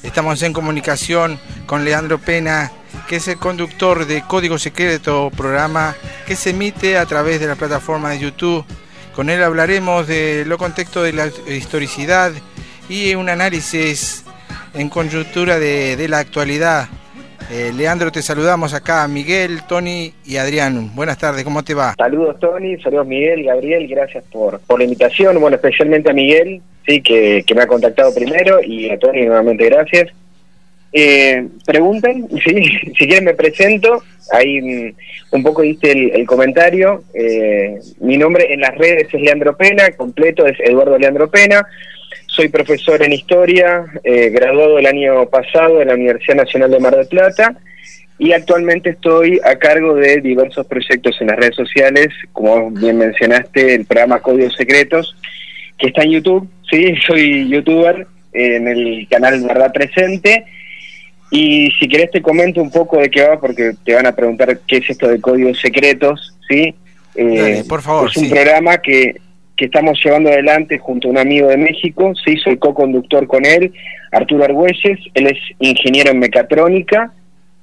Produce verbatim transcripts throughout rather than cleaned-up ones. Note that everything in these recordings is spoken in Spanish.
Estamos en comunicación con Leandro Pena, que es el conductor de Código Secreto, programa que se emite a través de la plataforma de YouTube. Con él hablaremos de lo contexto de la historicidad y un análisis en coyuntura de, de la actualidad. Eh, Leandro, te saludamos acá, Miguel, Tony y Adrián. Buenas tardes, ¿cómo te va? Saludos, Tony, saludos, Miguel, Gabriel, gracias por, por la invitación. Bueno, especialmente a Miguel, sí, que, que me ha contactado primero, y a Tony nuevamente gracias. Eh, pregunten, sí, si quieren me presento. Ahí mm, un poco diste el, el comentario. Eh, mi nombre en las redes es Leandro Pena, completo es Eduardo Leandro Pena. Soy profesor en Historia, eh, graduado el año pasado en la Universidad Nacional de Mar del Plata, y actualmente estoy a cargo de diversos proyectos en las redes sociales, como bien mencionaste, el programa Códigos Secretos, que está en YouTube. Sí, soy youtuber en el canal Verdad Presente, y si querés te comento un poco de qué va, porque te van a preguntar qué es esto de Códigos Secretos, ¿sí? Eh, Dale, por favor. Es un sí. programa que... que estamos llevando adelante junto a un amigo de México. Sí, soy co-conductor con él, Arturo Argüelles. Él es ingeniero en mecatrónica,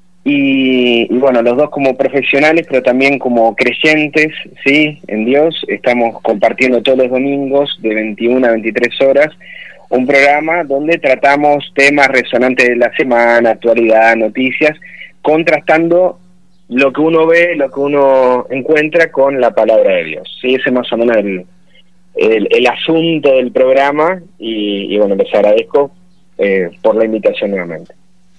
y, y bueno, los dos como profesionales, pero también como creyentes, sí, en Dios. Estamos compartiendo todos los domingos de veintiuna a veintitrés horas un programa donde tratamos temas resonantes de la semana, actualidad, noticias, contrastando lo que uno ve, lo que uno encuentra con la palabra de Dios. Sí, ese es más o menos el El, el asunto del programa, y, y bueno, les agradezco eh, por la invitación nuevamente.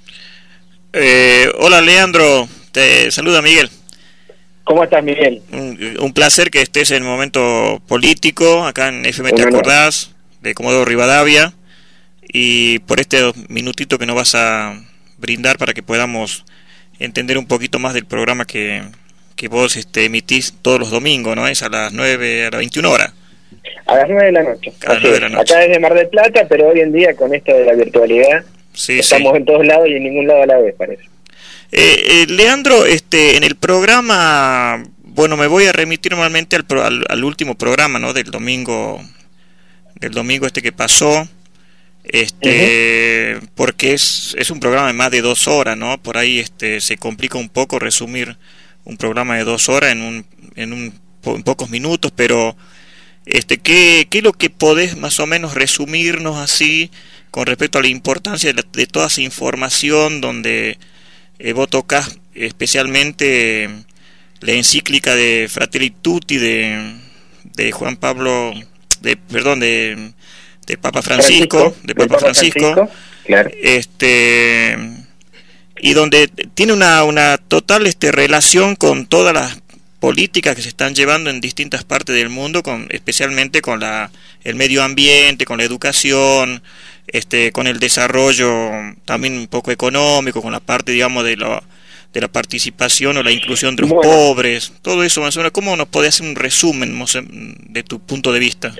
Eh, hola Leandro, te saluda Miguel. ¿Cómo estás, Miguel? Un, un placer que estés en el momento político, acá en F M Te Acordás, de Comodoro Rivadavia, y por este minutito que nos vas a brindar para que podamos entender un poquito más del programa que, que vos este, emitís todos los domingos, ¿no? Es a las nueve, a las veintiuna horas. A las nueve de la noche. A las nueve de la noche. Acá desde Mar del Plata, pero hoy en día con esto de la virtualidad, sí, estamos sí. en todos lados y en ningún lado a la vez, parece. Eh, eh, Leandro, este, en el programa, bueno, me voy a remitir normalmente al, pro, al, al último programa, ¿no? Del domingo, del domingo este que pasó, este, uh-huh. porque es, es un programa de más de dos horas, ¿no? Por ahí, este, se complica un poco resumir un programa de dos horas en un, en un, en pocos minutos, pero Este, ¿qué, ¿Qué es lo que podés más o menos resumirnos así con respecto a la importancia de, la, de toda esa información donde eh, vos tocas especialmente eh, la encíclica de Fratelli Tutti de, de Juan Pablo, de perdón, de, de Papa Francisco, Francisco de Papa, Papa Francisco, Francisco claro. este y donde tiene una, una total este, relación con todas las políticas que se están llevando en distintas partes del mundo, con especialmente con la el medio ambiente, con la educación, este con el desarrollo también un poco económico, con la parte, digamos, de la de la participación o la inclusión de los bueno. pobres, todo eso más o menos. ¿Cómo nos podés hacer un resumen de tu punto de vista?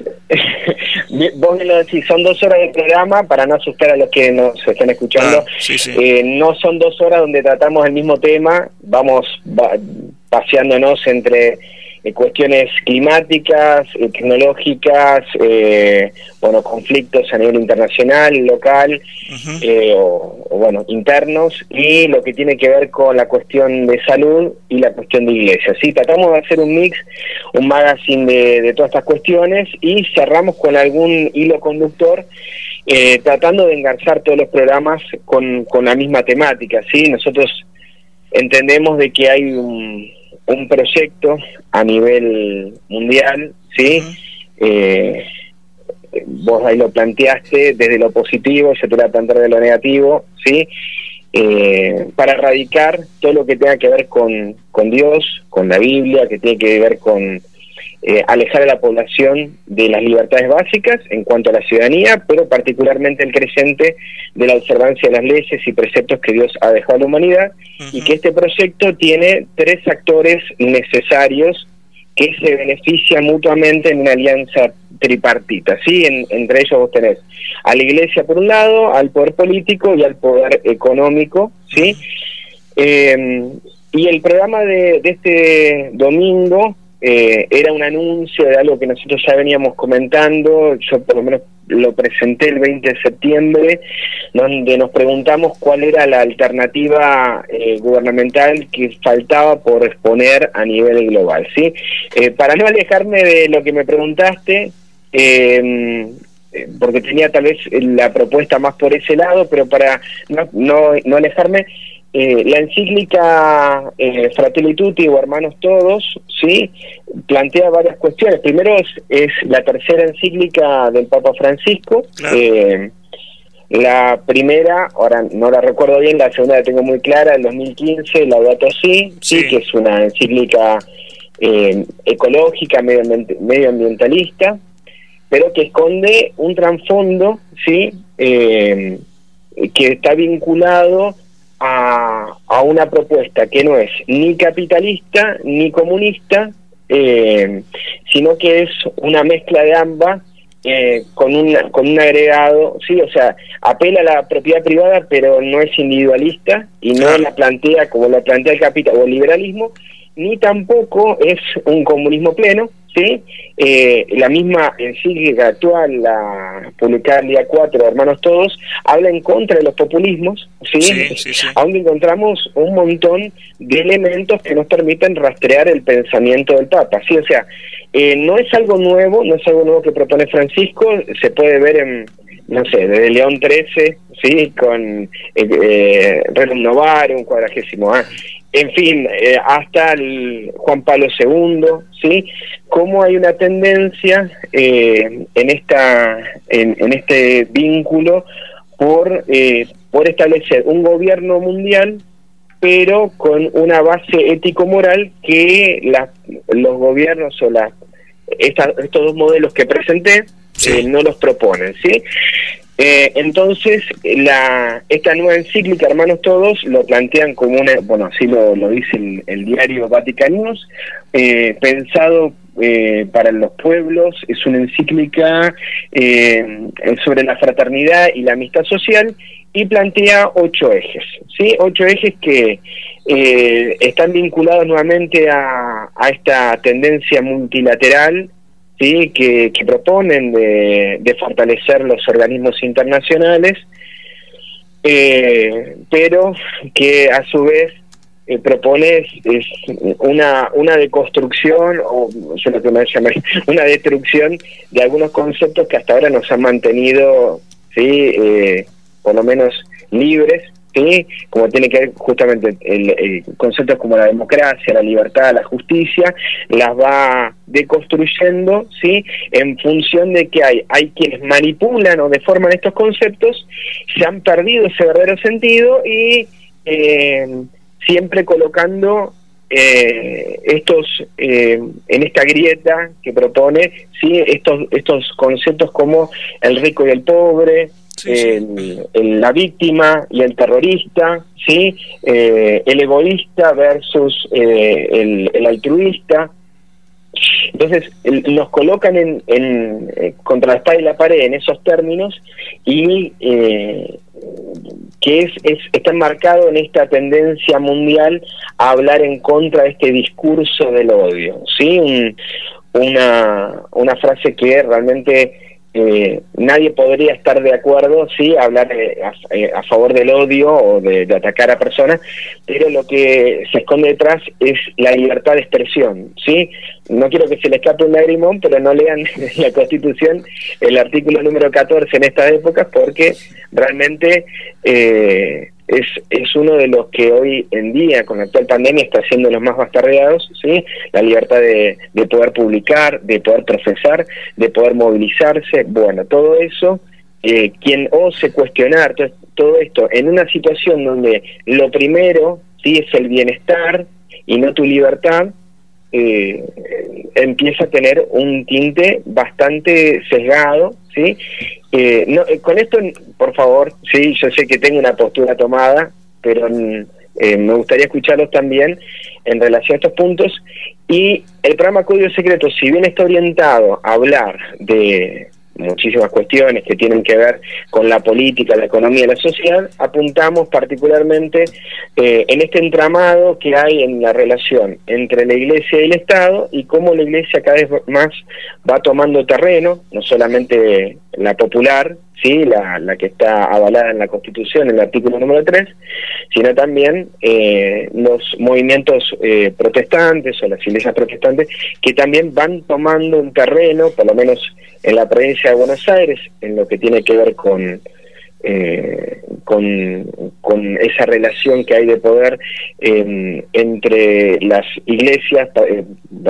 Vos me lo decís, son dos horas de programa, para no asustar a los que nos están escuchando. Ah, sí, sí. Eh, no son dos horas donde tratamos el mismo tema, vamos va, paseándonos entre eh, cuestiones climáticas, eh, tecnológicas, eh, bueno, conflictos a nivel internacional, local, uh-huh. eh, o, o bueno, internos, y lo que tiene que ver con la cuestión de salud y la cuestión de iglesia. Sí, tratamos de hacer un mix, un magazine de, de todas estas cuestiones, y cerramos con algún hilo conductor, eh, tratando de engarzar todos los programas con, con la misma temática. Sí, nosotros entendemos de que hay un un proyecto a nivel mundial, ¿sí? Uh-huh. Eh, vos ahí lo planteaste desde lo positivo, yo te lo voy a plantear de lo negativo, ¿sí? Eh, para erradicar todo lo que tenga que ver con, con Dios, con la Biblia, que tiene que ver con eh, alejar a la población de las libertades básicas en cuanto a la ciudadanía, pero particularmente el creyente de la observancia de las leyes y preceptos que Dios ha dejado a la humanidad, uh-huh. y que este proyecto tiene tres actores necesarios que se benefician mutuamente en una alianza tripartita, ¿sí? En, entre ellos vos tenés a la iglesia por un lado, al poder político y al poder económico, ¿sí? Uh-huh. Eh, y el programa de, de este domingo eh, era un anuncio de algo que nosotros ya veníamos comentando. Yo por lo menos lo presenté el veinte de septiembre, donde nos preguntamos cuál era la alternativa eh, gubernamental que faltaba por exponer a nivel global, ¿sí? Eh, para no alejarme de lo que me preguntaste, eh, porque tenía tal vez la propuesta más por ese lado, pero para no, no, no alejarme, eh, la encíclica eh, Fratelli Tutti o Hermanos Todos, sí, plantea varias cuestiones. Primero es, es la tercera encíclica del Papa Francisco. Claro. Eh, la primera, ahora no la recuerdo bien, la segunda la tengo muy clara, el dos mil quince, Laudato Si, sí, sí, que es una encíclica eh, ecológica, medioambientalista, pero que esconde un trasfondo, ¿sí? Eh, que está vinculado a, a una propuesta que no es ni capitalista ni comunista, eh, sino que es una mezcla de ambas, eh, con, una, con un agregado, sí, o sea, apela a la propiedad privada, pero no es individualista y no la plantea como la plantea el capital o el liberalismo, ni tampoco es un comunismo pleno, ¿sí? Eh, la misma encíclica actual, la publicada el día cuatro, Hermanos Todos, habla en contra de los populismos, ¿sí? Sí, sí, sí. Aunque encontramos un montón de elementos que nos permiten rastrear el pensamiento del Papa, ¿sí? O sea, eh, no es algo nuevo, no es algo nuevo que propone Francisco, se puede ver en, no sé, desde León trece, ¿sí? Con eh, eh, Rerum Novarum, cuadragésimo A, en fin, eh, hasta el Juan Pablo segundo, ¿sí? Cómo hay una tendencia eh, en esta en, en este vínculo por eh, por establecer un gobierno mundial, pero con una base ético-moral que la, los gobiernos o la, esta, estos dos modelos que presenté, sí, eh, no los proponen, ¿sí? Eh, entonces, la esta nueva encíclica, Hermanos Todos, lo plantean como una, bueno, así lo, lo dice el, el diario Vatican News, eh, pensado eh, para los pueblos, es una encíclica eh, sobre la fraternidad y la amistad social, y plantea ocho ejes, ¿sí? Ocho ejes que eh, están vinculados nuevamente a, a esta tendencia multilateral, sí, que, que proponen de, de fortalecer los organismos internacionales, eh, pero que a su vez eh, propone es, es una una deconstrucción, o yo lo que me llamo una destrucción de algunos conceptos que hasta ahora nos han mantenido, sí, eh, por lo menos libres, ¿sí? Como tiene que ver justamente el, el conceptos como la democracia, la libertad, la justicia, las va deconstruyendo, ¿sí? En función de que hay hay quienes manipulan o deforman estos conceptos, se han perdido ese verdadero sentido y eh, siempre colocando eh, estos eh, en esta grieta que propone, ¿sí? Estos estos conceptos como el rico y el pobre, sí, el, el, la víctima y el terrorista, ¿sí? Eh, el egoísta versus eh, el, el altruista. Entonces el, nos colocan en, en eh, contra la espada y la pared en esos términos, y eh, que es, es está enmarcado en esta tendencia mundial a hablar en contra de este discurso del odio, ¿sí? Un, una, una frase que realmente Eh, nadie podría estar de acuerdo, sí, hablar eh, a, eh, a favor del odio o de, de atacar a personas, pero lo que se esconde detrás es la libertad de expresión, sí. No quiero que se le escape un lagrimón, pero no lean la Constitución, el artículo número catorce en estas épocas, porque realmente eh, es es uno de los que hoy en día, con la actual pandemia, está siendo los más bastardeados, ¿sí? La libertad de, de poder publicar, de poder profesar, de poder movilizarse, bueno, todo eso, eh, quien ose cuestionar todo, todo esto en una situación donde lo primero, sí, es el bienestar y no tu libertad, eh, empieza a tener un tinte bastante sesgado, ¿sí? Eh, no, eh, con esto, por favor, sí, yo sé que tengo una postura tomada, pero eh, me gustaría escucharlos también en relación a estos puntos. Y el programa Código Secreto, si bien está orientado a hablar de, muchísimas cuestiones que tienen que ver con la política, la economía y la sociedad, apuntamos particularmente eh, en este entramado que hay en la relación entre la Iglesia y el Estado, y cómo la Iglesia cada vez más va tomando terreno, no solamente la popular, sí, la, la que está avalada en la Constitución, en el artículo número tres, sino también eh, los movimientos eh, protestantes o las iglesias protestantes, que también van tomando un terreno, por lo menos en la provincia de Buenos Aires, en lo que tiene que ver con eh, con, con esa relación que hay de poder eh, entre las iglesias eh,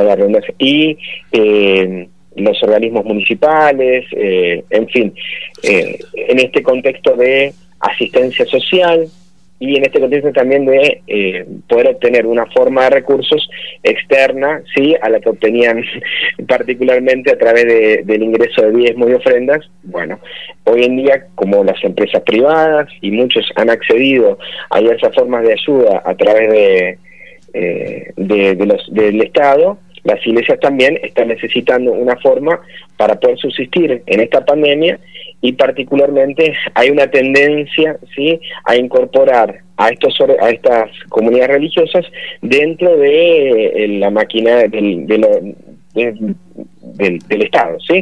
y eh, los organismos municipales, eh, en fin, eh, en este contexto de asistencia social y en este contexto también de eh, poder obtener una forma de recursos externa, sí, a la que obtenían particularmente a través de, del ingreso de diezmos y ofrendas. Bueno, hoy en día, como las empresas privadas y muchos han accedido a esas formas de ayuda a través de, eh, de, de los, del Estado, las iglesias también están necesitando una forma para poder subsistir en esta pandemia, y particularmente hay una tendencia, sí, a incorporar a estos a estas comunidades religiosas dentro de eh, la máquina del, de lo, de, del, del Estado, sí.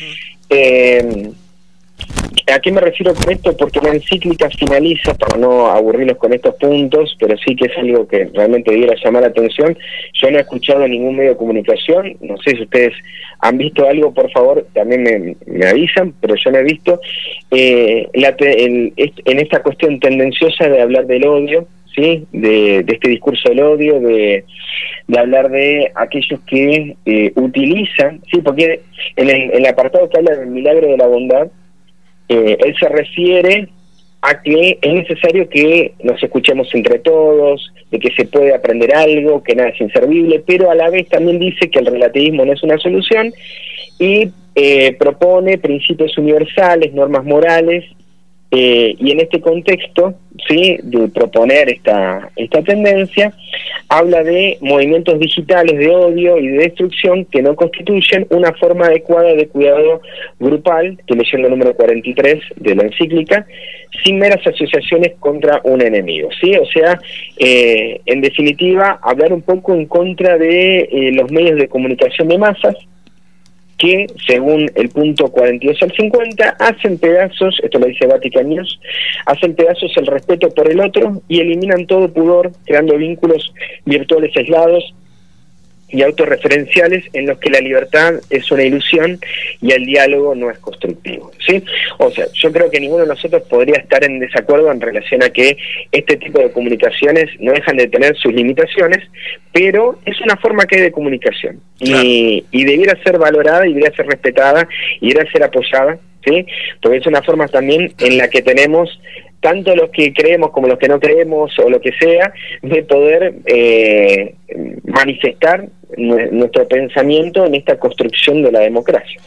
Eh, ¿A qué me refiero con esto? Porque la encíclica finaliza, para no aburrirlos con estos puntos, pero sí que es algo que realmente debiera llamar la atención. Yo no he escuchado ningún medio de comunicación, no sé si ustedes han visto algo, por favor, también me, me avisan, pero yo no he visto, eh, la te, el, en esta cuestión tendenciosa de hablar del odio, ¿sí? de, de este discurso del odio, de, de hablar de aquellos que eh, utilizan, sí, porque en el, en el apartado que habla del milagro de la bondad, Eh, él se refiere a que es necesario que nos escuchemos entre todos, de que se puede aprender algo, que nada es inservible, pero a la vez también dice que el relativismo no es una solución, y eh, propone principios universales, normas morales, eh, y en este contexto, sí, de proponer esta, esta tendencia, habla de movimientos digitales de odio y de destrucción que no constituyen una forma adecuada de cuidado grupal, que leyendo el número cuarenta y tres de la encíclica, sin meras asociaciones contra un enemigo, ¿sí? O sea, eh, en definitiva, hablar un poco en contra de eh, los medios de comunicación de masas, que, según el punto cuarenta y dos al cincuenta, hacen pedazos, esto lo dice Vatican News, hacen pedazos el respeto por el otro y eliminan todo pudor, creando vínculos virtuales aislados y autorreferenciales en los que la libertad es una ilusión y el diálogo no es constructivo, ¿sí? O sea, yo creo que ninguno de nosotros podría estar en desacuerdo en relación a que este tipo de comunicaciones no dejan de tener sus limitaciones, pero es una forma que hay de comunicación, claro, y, y debiera ser valorada y debiera ser respetada y debiera ser apoyada, ¿sí? Porque es una forma también en la que tenemos, tanto los que creemos como los que no creemos o lo que sea, de poder eh, manifestar nuestro pensamiento en esta construcción de la democracia.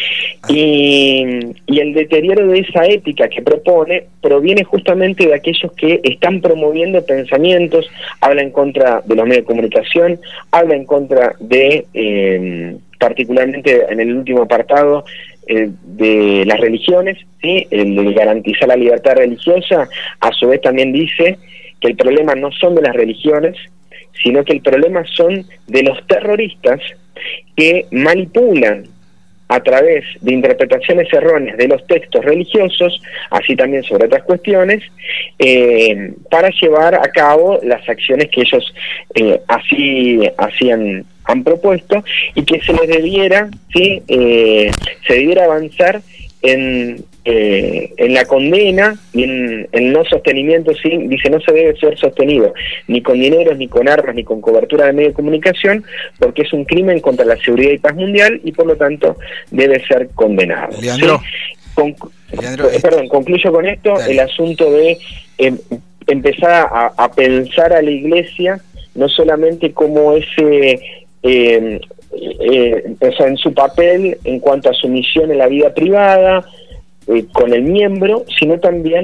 Y, y el deterioro de esa ética que propone proviene justamente de aquellos que están promoviendo pensamientos, habla en contra de los medios de comunicación, habla en contra de, eh, particularmente en el último apartado, Eh, de las religiones, ¿sí? El de garantizar la libertad religiosa. A su vez también dice que el problema no son de las religiones, sino que el problema son de los terroristas que manipulan a través de interpretaciones erróneas de los textos religiosos, así también sobre otras cuestiones, eh, para llevar a cabo las acciones que ellos eh, así hacían han propuesto, y que se les debiera, sí, eh, se debiera avanzar en, eh, en la condena y en el no sostenimiento, sí, dice no se debe ser sostenido ni con dineros, ni con armas, ni con cobertura de medio de comunicación, porque es un crimen contra la seguridad y paz mundial y por lo tanto debe ser condenado. Leandro, ¿sí? Conc Leandro eh, perdón, concluyo con esto, dale. El asunto de eh, empezar a, a pensar a la Iglesia no solamente como ese Eh, eh, o sea, en su papel en cuanto a su misión en la vida privada, eh, con el miembro, sino también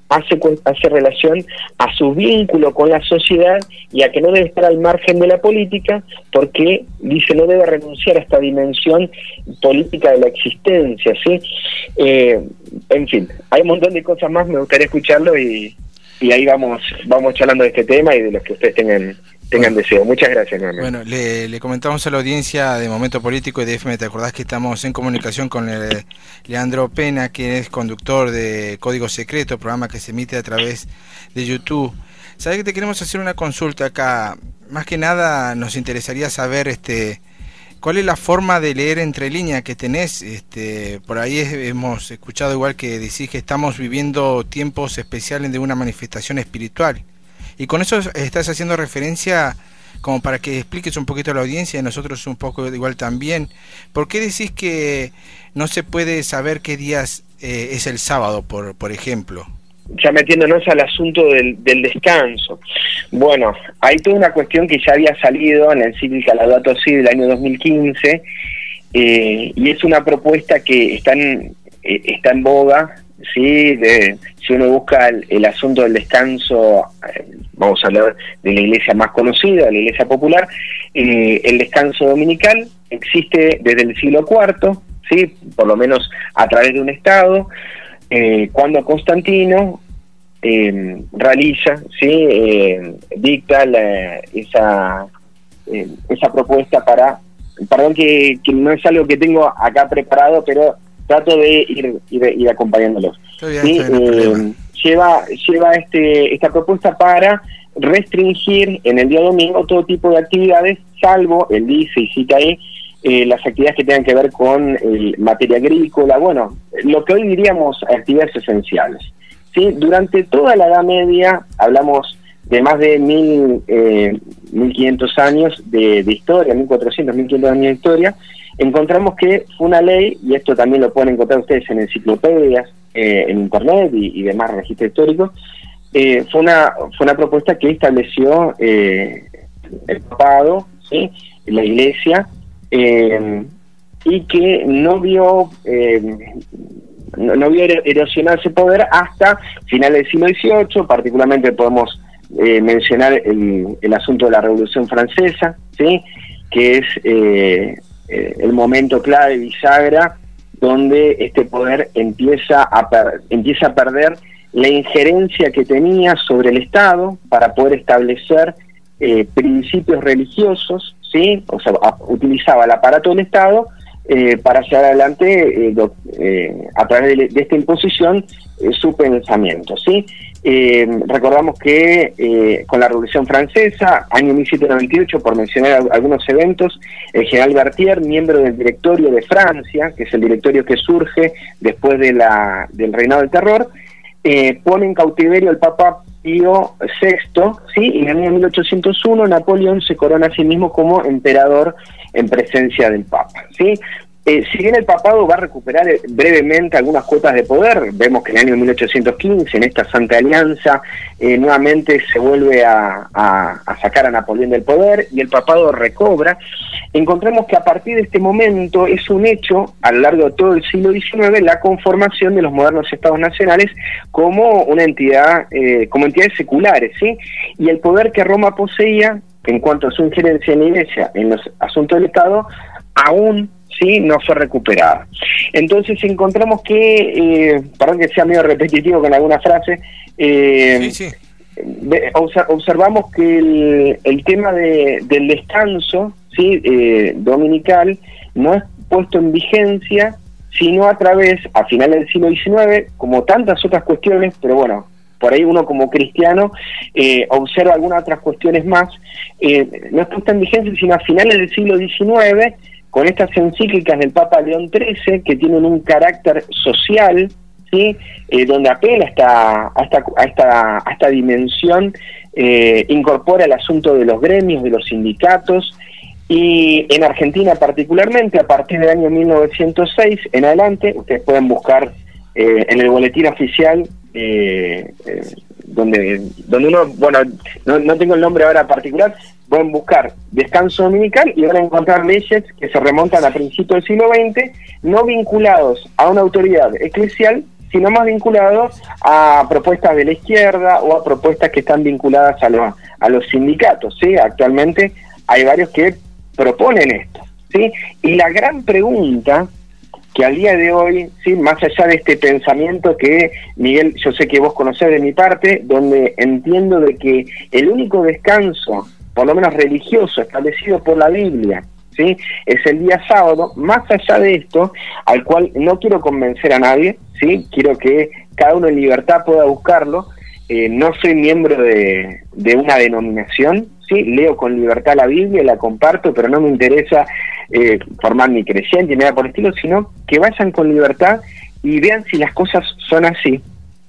hace, hace relación a su vínculo con la sociedad y a que no debe estar al margen de la política, porque dice no debe renunciar a esta dimensión política de la existencia, ¿sí? Eh, en fin, hay un montón de cosas más, me gustaría escucharlo y, y ahí vamos vamos charlando de este tema y de los que ustedes tengan tengan bueno, deseo. Muchas gracias, Norman. Bueno, le, le comentamos a la audiencia de Momento Político y de F M, ¿te acordás que estamos en comunicación con el, Leandro Pena, que es conductor de Código Secreto, programa que se emite a través de YouTube? ¿Sabés que te queremos hacer una consulta acá? Más que nada nos interesaría saber este cuál es la forma de leer entre líneas que tenés. Este, por ahí es, hemos escuchado igual que decís que estamos viviendo tiempos especiales de una manifestación espiritual. Y con eso estás haciendo referencia como para que expliques un poquito a la audiencia y nosotros un poco igual también. ¿Por qué decís que no se puede saber qué días eh, es el sábado, por, por ejemplo? Ya metiéndonos al asunto del, del descanso. Bueno, hay toda una cuestión que ya había salido en la encíclica Laudato Si del año dos mil quince, eh, y es una propuesta que está en, eh, está en boga. Sí, de, si uno busca el, el asunto del descanso, eh, vamos a hablar de la iglesia más conocida, de la iglesia popular, eh, el descanso dominical existe desde el siglo cuarto, sí, por lo menos a través de un estado, eh, cuando Constantino eh, realiza, sí, eh, dicta la, esa eh, esa propuesta para, perdón que, que no es algo que tengo acá preparado, pero trato de ir, ir, ir acompañándolos. Bien, ¿sí? eh, lleva lleva este esta propuesta para restringir en el día domingo todo tipo de actividades, salvo, él dice y cita ahí, eh, las actividades que tengan que ver con eh, materia agrícola, bueno, lo que hoy diríamos actividades esenciales. ¿Sí? Durante toda la Edad Media, hablamos de más de mil, eh, mil quinientos años de, de historia, mil cuatrocientos, mil quinientos años de historia, encontramos que fue una ley, y esto también lo pueden encontrar ustedes en enciclopedias, eh, en internet y, y demás registros históricos, eh, fue una fue una propuesta que estableció eh, el papado, ¿sí? La iglesia, eh, y que no vio eh, no, no vio erosionarse poder hasta finales del siglo dieciocho. Particularmente podemos eh, mencionar el, el asunto de la Revolución Francesa, ¿sí? Que es eh, eh, el momento clave, bisagra, donde este poder empieza a per, empieza a perder la injerencia que tenía sobre el Estado para poder establecer eh, principios religiosos, ¿sí? O sea, a, utilizaba el aparato del Estado eh, para llevar adelante, eh, do, eh, a través de, de esta imposición, eh, su pensamiento, ¿sí? Eh, recordamos que eh, con la Revolución Francesa, año mil setecientos noventa y ocho, por mencionar algunos eventos, el general Berthier, miembro del directorio de Francia, que es el directorio que surge después de la, del reinado del terror, eh, pone en cautiverio al Papa Pío sexto, ¿sí? Y en el año mil ochocientos uno Napoleón se corona a sí mismo como emperador en presencia del Papa, ¿sí? Eh, si bien el papado va a recuperar brevemente algunas cuotas de poder, vemos que en el año mil ochocientos quince, en esta Santa Alianza, eh, nuevamente se vuelve a, a, a sacar a Napoleón del poder y el papado recobra. Encontramos que a partir de este momento es un hecho, a lo largo de todo el siglo diecinueve, la conformación de los modernos estados nacionales como una entidad, eh, como entidades seculares, ¿sí? Y el poder que Roma poseía, en cuanto a su injerencia en la Iglesia, en los asuntos del Estado, aún sí no fue recuperada. Entonces encontramos que, eh, perdón que sea medio repetitivo con alguna frase, eh, sí, sí. observamos que el, el tema de, del descanso, sí, eh, dominical, no es puesto en vigencia, sino a través, a finales del siglo diecinueve, como tantas otras cuestiones, pero bueno, por ahí uno como cristiano eh, observa algunas otras cuestiones más, eh, no es puesta en vigencia, sino a finales del siglo diecinueve, con estas encíclicas del Papa León trece, que tienen un carácter social, ¿sí? Eh, donde apela a esta, a esta, a esta, a esta dimensión, eh, incorpora el asunto de los gremios, de los sindicatos, y en Argentina particularmente, a partir del año mil novecientos seis en adelante, ustedes pueden buscar eh, en el boletín oficial, eh, eh, donde donde uno, bueno, no, no tengo el nombre ahora particular, pueden buscar descanso dominical y van a encontrar leyes que se remontan a principios del siglo veinte, no vinculados a una autoridad eclesial, sino más vinculado a propuestas de la izquierda o a propuestas que están vinculadas a, lo, a los sindicatos, ¿sí? Actualmente hay varios que proponen esto, ¿sí? Y la gran pregunta que al día de hoy, sí, más allá de este pensamiento que, Miguel, yo sé que vos conocés de mi parte, donde entiendo de que el único descanso, por lo menos religioso, establecido por la Biblia, ¿sí?, es el día sábado. Más allá de esto, al cual no quiero convencer a nadie, ¿sí?, quiero que cada uno en libertad pueda buscarlo. Eh, no soy miembro de, de una denominación, ¿sí?, leo con libertad la Biblia, la comparto, pero no me interesa eh, formar ni creyente ni nada por el estilo, sino que vayan con libertad y vean si las cosas son así.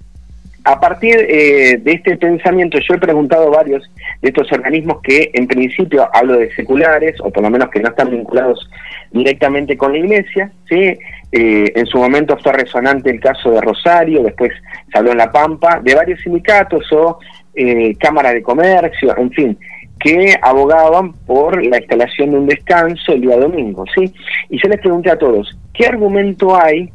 A partir eh, de este pensamiento, yo he preguntado a varios de estos organismos que en principio hablo de seculares, o por lo menos que no están vinculados directamente con la iglesia, ¿sí? Eh, en su momento fue resonante el caso de Rosario, después se habló en La Pampa, de varios sindicatos o eh, cámaras de comercio, en fin, que abogaban por la instalación de un descanso el día domingo, ¿sí? Y yo les pregunté a todos, ¿qué argumento hay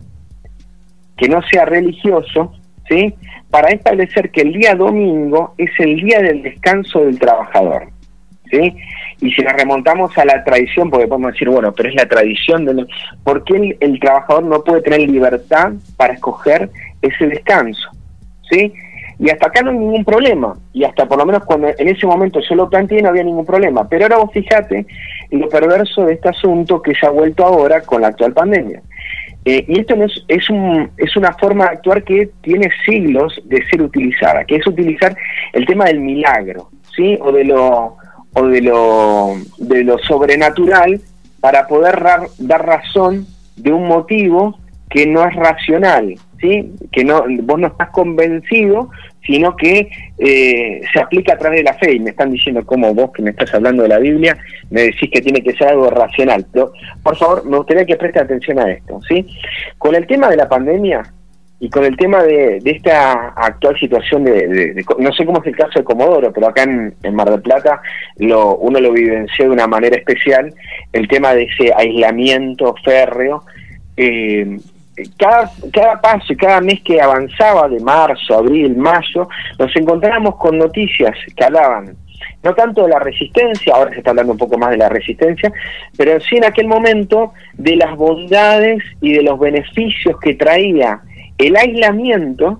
que no sea religioso, ¿sí?, para establecer que el día domingo es el día del descanso del trabajador, ¿sí? Y si nos remontamos a la tradición, porque podemos decir, bueno, pero es la tradición, de ¿por qué el, el trabajador no puede tener libertad para escoger ese descanso? ¿Sí? Y hasta acá no hay ningún problema, y hasta por lo menos cuando en ese momento yo lo planteé no había ningún problema, pero ahora vos fijate en lo perverso de este asunto que se ha vuelto ahora con la actual pandemia. Eh, y esto no es, es, un, es una forma de actuar que tiene siglos de ser utilizada, que es utilizar el tema del milagro, ¿sí?, o de lo o de lo de lo sobrenatural para poder dar, dar razón de un motivo que no es racional, ¿sí?, que no vos no estás convencido, sino que eh, se aplica a través de la fe. Y me están diciendo, como vos que me estás hablando de la Biblia, me decís que tiene que ser algo racional. Pero, por favor, me gustaría que prestes atención a esto, ¿sí? Con el tema de la pandemia y con el tema de, de esta actual situación de, de, de... No sé cómo es el caso de Comodoro, pero acá en, en Mar del Plata lo, uno lo vivenció de una manera especial, el tema de ese aislamiento férreo. Eh, Cada, cada paso y cada mes que avanzaba, de marzo, abril, mayo, nos encontrábamos con noticias que hablaban no tanto de la resistencia, ahora se está hablando un poco más de la resistencia, pero sí en aquel momento de las bondades y de los beneficios que traía el aislamiento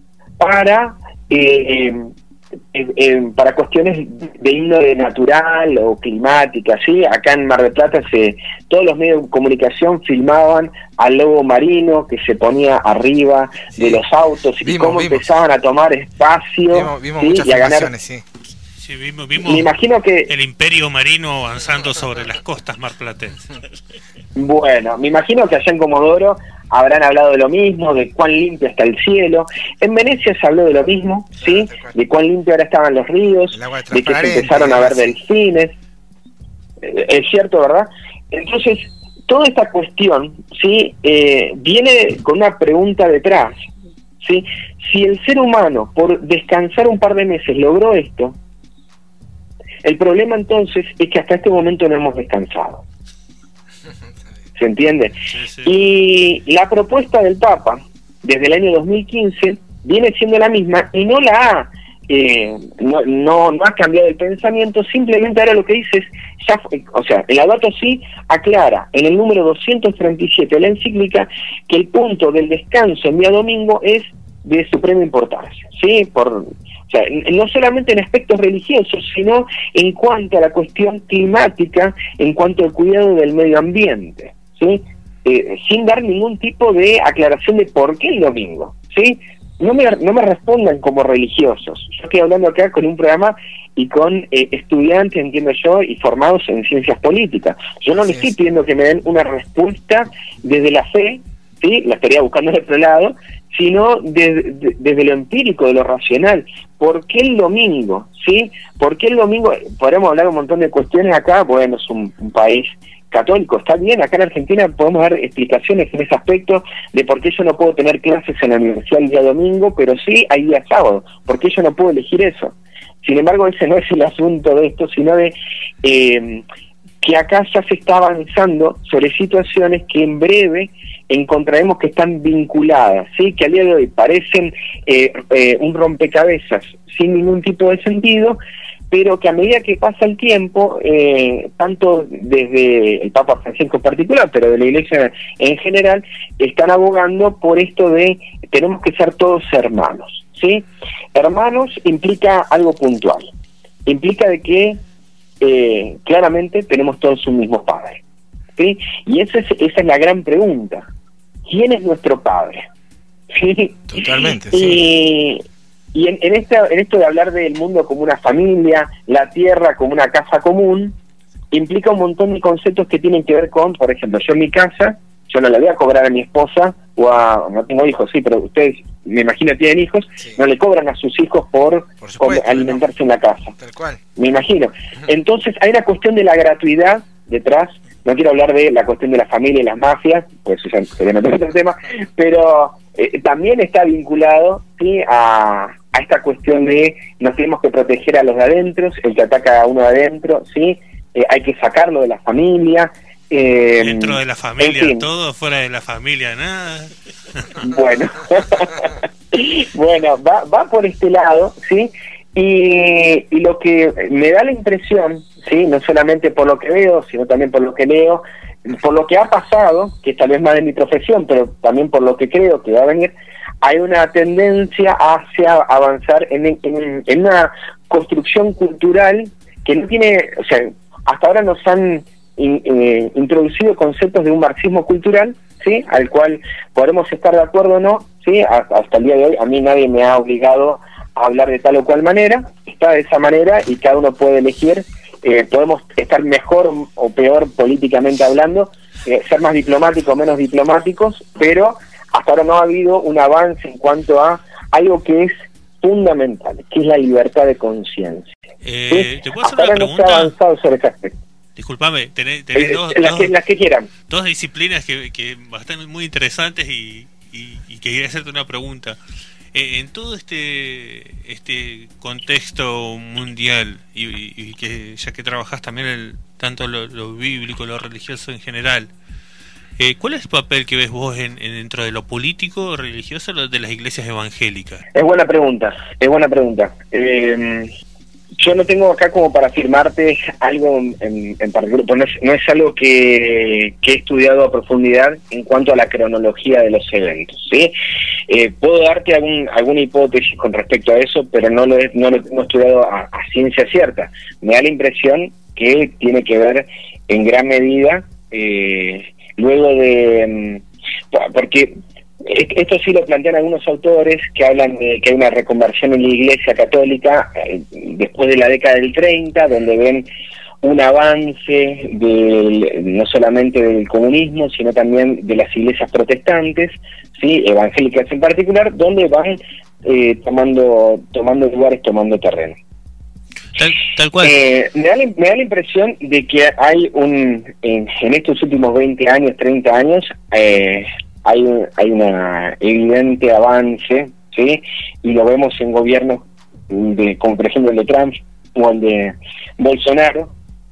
para eh, eh, eh, para cuestiones de índole natural o climática, ¿sí? Acá en Mar del Plata se, todos los medios de comunicación filmaban al lobo marino que se ponía arriba sí. de los autos y vimos, cómo vimos. empezaban a tomar espacio vimos, vimos ¿sí? muchas y a ganar. Sí. Sí, vimos, vimos Me imagino que el imperio marino avanzando sobre las costas marplatenses. Bueno, me imagino que allá en Comodoro habrán hablado de lo mismo, de cuán limpio está el cielo. En Venecia se habló de lo mismo, ¿sí? De cuán limpio ahora estaban los ríos, de que se empezaron a ver delfines. Es cierto, ¿verdad? Entonces, toda esta cuestión, ¿sí? Eh, viene con una pregunta detrás, ¿sí? Si el ser humano, por descansar un par de meses, logró esto, el problema entonces es que hasta este momento no hemos descansado. ¿Se entiende? Sí, sí. Y la propuesta del Papa, desde el año dos mil quince, viene siendo la misma y no la ha, eh, no, no, no ha cambiado el pensamiento, simplemente ahora lo que dice es, ya, o sea, el Laudato Si aclara en el número doscientos treinta y siete de la encíclica que el punto del descanso en día domingo es de suprema importancia, ¿sí? Por... O sea, no solamente en aspectos religiosos, sino en cuanto a la cuestión climática, en cuanto al cuidado del medio ambiente, ¿sí? Eh, sin dar ningún tipo de aclaración de por qué el domingo, ¿sí? No me, no me respondan como religiosos. Yo estoy hablando acá con un programa y con eh, estudiantes, entiendo yo, y formados en ciencias políticas. Yo no les estoy pidiendo que me den una respuesta desde la fe, ¿sí? La estaría buscando de otro lado, sino desde, de, desde lo empírico, de lo racional. ¿Por qué el domingo? ¿Sí? ¿Por qué el domingo? Podríamos hablar un montón de cuestiones acá, bueno, es un, un país católico, está bien, acá en Argentina podemos dar explicaciones en ese aspecto de por qué yo no puedo tener clases en la universidad el día domingo, pero sí hay día sábado, ¿por qué yo no puedo elegir eso? Sin embargo, ese no es el asunto de esto, sino de eh, que acá ya se está avanzando sobre situaciones que en breve encontraremos que están vinculadas, ¿sí? Que al día de hoy parecen eh, eh, un rompecabezas sin ningún tipo de sentido, pero que a medida que pasa el tiempo, eh, tanto desde el Papa Francisco en particular, pero de la Iglesia en general, están abogando por esto de tenemos que ser todos hermanos, ¿sí? Hermanos implica algo puntual, implica de que eh, claramente tenemos todos un mismo Padre, ¿sí? Y esa es, esa es la gran pregunta. ¿Quién es nuestro Padre? ¿Sí? Totalmente, y, sí. Y en, en, esta, en esto de hablar del mundo como una familia, la tierra como una casa común, implica un montón de conceptos que tienen que ver con, por ejemplo, yo en mi casa, yo no le voy a cobrar a mi esposa, o a, no tengo hijos, sí, pero ustedes, me imagino, tienen hijos, sí. No le cobran a sus hijos por, por supuesto, por alimentarse no. en la casa. Tal cual. Me imagino. Entonces, hay una cuestión de la gratuidad detrás. No quiero hablar de la cuestión de la familia y las mafias, pues eso sería otro tema, pero eh, también está vinculado, ¿sí? a, a esta cuestión de nos tenemos que proteger a los de adentro, el que ataca a uno de adentro, ¿sí? Eh, hay que sacarlo de la familia. Eh, Dentro de la familia, en fin. Todo, fuera de la familia, nada. Bueno, bueno, va, va por este lado, ¿sí? Y, y lo que me da la impresión, sí, no solamente por lo que veo, sino también por lo que leo, por lo que ha pasado, que tal vez más de mi profesión, pero también por lo que creo que va a venir, hay una tendencia hacia avanzar en, en, en una construcción cultural que no tiene, o sea, hasta ahora nos han in, eh, introducido conceptos de un marxismo cultural, sí, al cual podremos estar de acuerdo o no, sí, hasta, hasta el día de hoy a mí nadie me ha obligado a hablar de tal o cual manera, está de esa manera y cada uno puede elegir. Eh, podemos estar mejor o peor políticamente hablando, eh, ser más diplomáticos o menos diplomáticos, pero hasta ahora no ha habido un avance en cuanto a algo que es fundamental, que es la libertad de conciencia. Eh, ¿Sí? ¿Te puedo hacer hasta una ahora pregunta? No se ha avanzado sobre ese aspecto. Disculpame, tenés, tenés eh, dos, las, dos, que, las que quieran. Dos disciplinas que, que bastante muy interesantes y, y, y quería hacerte una pregunta. Eh, en todo este este contexto mundial y, y, y que ya que trabajás también el, tanto lo, lo bíblico, lo religioso en general, eh, ¿cuál es el papel que ves vos en, en dentro de lo político, religioso, lo de las iglesias evangélicas? Es buena pregunta, es buena pregunta. Eh, yo no tengo acá como para afirmarte algo en, en particular, pues no es, no es algo que, que he estudiado a profundidad en cuanto a la cronología de los eventos, ¿sí? Eh, puedo darte algún, alguna hipótesis con respecto a eso, pero no lo he, no lo he estudiado a, a ciencia cierta. Me da la impresión que tiene que ver en gran medida, eh, luego de... porque esto sí lo plantean algunos autores que hablan de que hay una reconversión en la Iglesia Católica eh, después de la década del treinta, donde ven un avance del, no solamente del comunismo, sino también de las iglesias protestantes, sí, evangélicas en particular, donde van eh, tomando tomando lugares, tomando terreno. Tal, tal cual. Eh, me, da la, me da la impresión de que hay un, en, en estos últimos veinte años, treinta años, eh, hay un hay una evidente avance, ¿sí? Y lo vemos en gobiernos de, como por ejemplo el de Trump o el de Bolsonaro,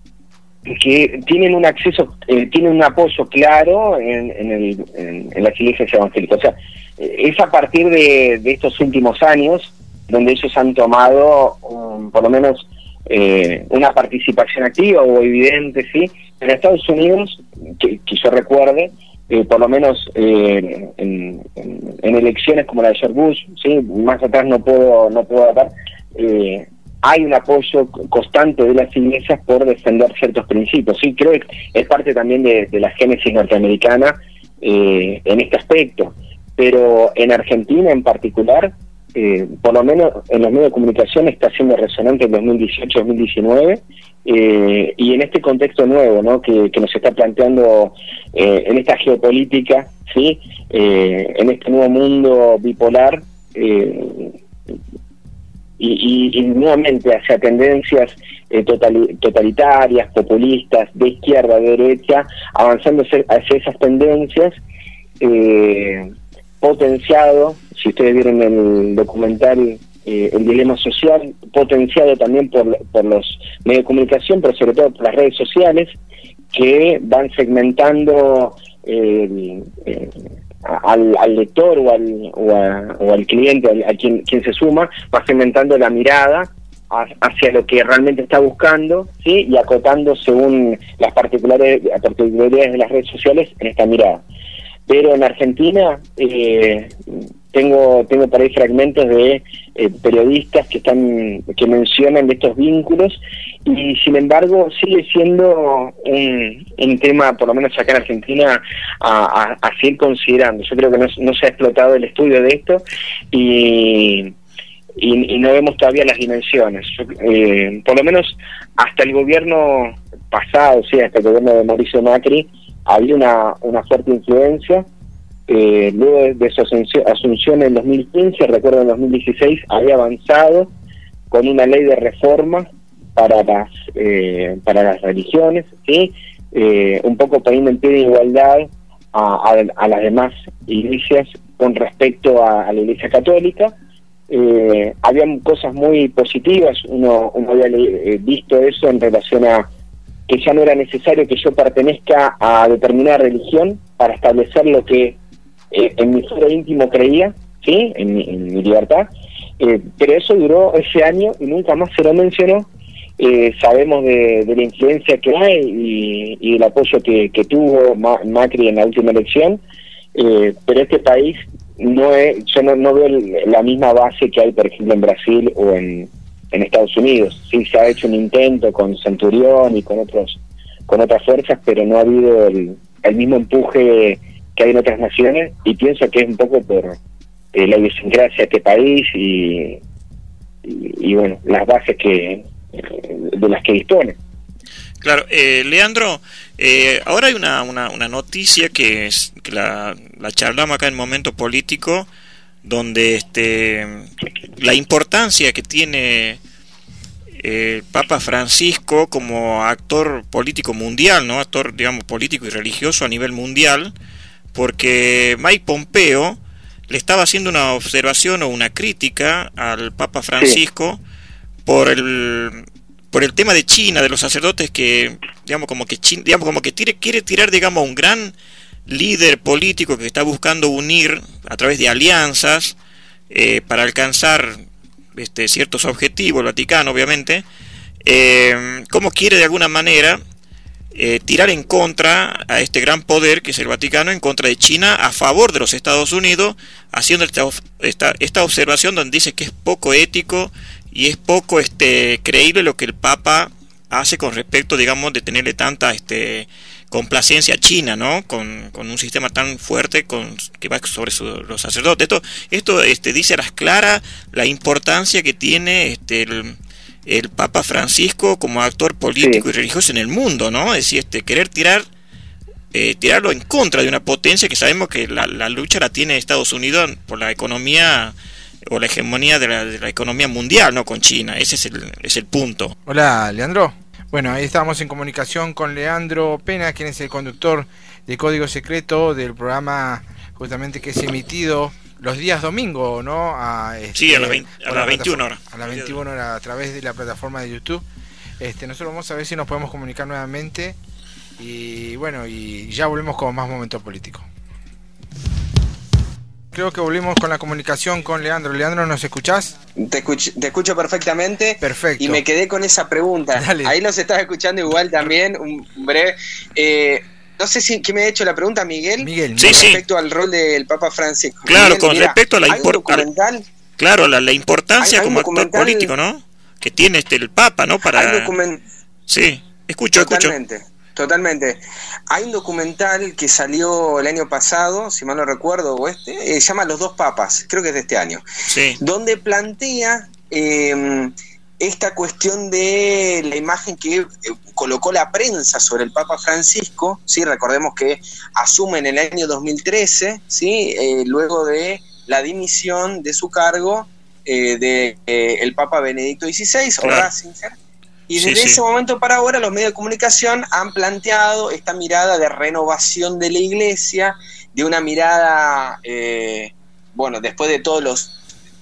que tienen un acceso, eh, tienen un apoyo claro en, en, el, en, en las iglesias evangélicas. O sea, es a partir de, de estos últimos años donde ellos han tomado um, por lo menos eh, una participación activa o evidente, ¿sí? En Estados Unidos, que, que yo recuerde, eh, por lo menos eh, en, en, en elecciones como la de George Bush, ¿sí? Más atrás no puedo no puedo dar, eh, hay un apoyo constante de las iglesias por defender ciertos principios. Sí, creo que es parte también de, de la génesis norteamericana eh, en este aspecto, pero en Argentina en particular, eh, por lo menos en los medios de comunicación está siendo resonante en dos mil dieciocho dos mil diecinueve, eh, y en este contexto nuevo, ¿no? que, que nos está planteando eh, en esta geopolítica, ¿sí? eh, en este nuevo mundo bipolar, eh, Y, y, y nuevamente hacia tendencias eh, totali totalitarias, populistas, de izquierda, de derecha, avanzando hacia esas tendencias, eh, potenciado, si ustedes vieron el documental eh, El Dilema Social, potenciado también por, por los medios de comunicación, pero sobre todo por las redes sociales, que van segmentando eh, eh, al, al lector o al, o, a, o al cliente, a, a quien, quien se suma, va segmentando la mirada hacia lo que realmente está buscando, ¿sí? Y acotando según las particulares, particularidades de las redes sociales en esta mirada. Pero en Argentina eh, tengo tengo por ahí fragmentos de eh, periodistas que están que mencionan de estos vínculos, y sin embargo sigue siendo un, un tema, por lo menos acá en Argentina, a, a, a seguir considerando. Yo creo que no, no se ha explotado el estudio de esto, y Y, y no vemos todavía las dimensiones. Yo, eh, por lo menos hasta el gobierno pasado, sí, hasta el gobierno de Mauricio Macri, había una, una fuerte influencia. Eh, luego de, de su asunción, asunción en dos mil quince, recuerdo en dos mil dieciséis, había avanzado con una ley de reforma para las eh, para las religiones, ¿sí? eh, un poco poniendo en pie de igualdad a, a, a las demás iglesias con respecto a, a la Iglesia Católica. Eh, habían cosas muy positivas. Uno, uno había eh, visto eso en relación a que ya no era necesario que yo pertenezca a determinada religión para establecer lo que eh, en mi foro íntimo creía, ¿sí? en, mi, en mi libertad, eh, pero eso duró ese año y nunca más se lo mencionó. Eh, sabemos de, de la influencia que hay y, y el apoyo que, que tuvo Ma Macri en la última elección, eh, pero este país no es, yo no, no veo la misma base que hay, por ejemplo, en Brasil o en, en Estados Unidos. Sí, se ha hecho un intento con Centurión y con otros con otras fuerzas, pero no ha habido el, el mismo empuje que hay en otras naciones, y pienso que es un poco por eh, la idiosincrasia de este país y, y, y bueno, las bases que de las que dispone. Claro, eh, Leandro, eh, ahora hay una, una, una noticia que, es, que la, la charlamos acá en Momento Político, donde este, la importancia que tiene el Papa Francisco como actor político mundial, ¿no? Actor, digamos, político y religioso a nivel mundial, porque Mike Pompeo le estaba haciendo una observación o una crítica al Papa Francisco, sí, por el por el tema de China, de los sacerdotes, que digamos como que China, digamos como que tire, quiere tirar, digamos, un gran líder político que está buscando unir a través de alianzas eh, para alcanzar este, ciertos objetivos, el Vaticano obviamente, eh, cómo quiere de alguna manera eh, tirar en contra a este gran poder que es el Vaticano, en contra de China, a favor de los Estados Unidos, haciendo esta, esta, esta observación donde dice que es poco ético y es poco este creíble lo que el Papa hace con respecto, digamos, de tenerle tanta este complacencia a China, ¿no? Con, con un sistema tan fuerte con, que va sobre su, los sacerdotes. Esto, esto este, dice a las claras la importancia que tiene este el, el Papa Francisco como actor político, sí, y religioso en el mundo, ¿no? Es decir, este querer tirar eh, tirarlo en contra de una potencia que sabemos que la, la lucha la tiene Estados Unidos por la economía o la hegemonía de la, de la economía mundial, ¿no? Con China. Ese es el, es el punto. Hola, Leandro. Bueno, ahí estamos en comunicación con Leandro Pena, quien es el conductor de Código Secreto, del programa justamente que es emitido los días domingo, ¿no? A, este, sí, a las la veintiuna horas. A las veintiuna horas a través de la plataforma de YouTube. Este, nosotros vamos a ver si nos podemos comunicar nuevamente y bueno, y ya volvemos con más Momento Político. Creo que volvimos con la comunicación con Leandro. Leandro, ¿nos escuchás? Te escucho, te escucho perfectamente. Perfecto. Y me quedé con esa pregunta. Dale. Ahí los estaba escuchando igual también, un breve. Eh, no sé si ¿quién me ha hecho la pregunta, Miguel. Miguel, sí, respecto sí. al rol del Papa Francisco. Claro, Miguel, con mira, respecto a la importancia. Claro, la, la importancia hay, hay como actor político, ¿no? Que tiene este el Papa, ¿no? Para. Hay document... Sí, escucho, Totalmente. escucho. Totalmente. Hay un documental que salió el año pasado, si mal no recuerdo, o este, eh, se llama Los dos papas, creo que es de este año, sí, donde plantea eh, esta cuestión de la imagen que eh, colocó la prensa sobre el Papa Francisco, ¿sí? Recordemos que asume en el año dos mil trece, ¿sí? Eh, luego de la dimisión de su cargo eh, de eh, el Papa Benedicto dieciséis, claro, o Ratzinger. Y desde sí, ese sí. momento para ahora los medios de comunicación han planteado esta mirada de renovación de la Iglesia, de una mirada, eh, bueno, después de todos los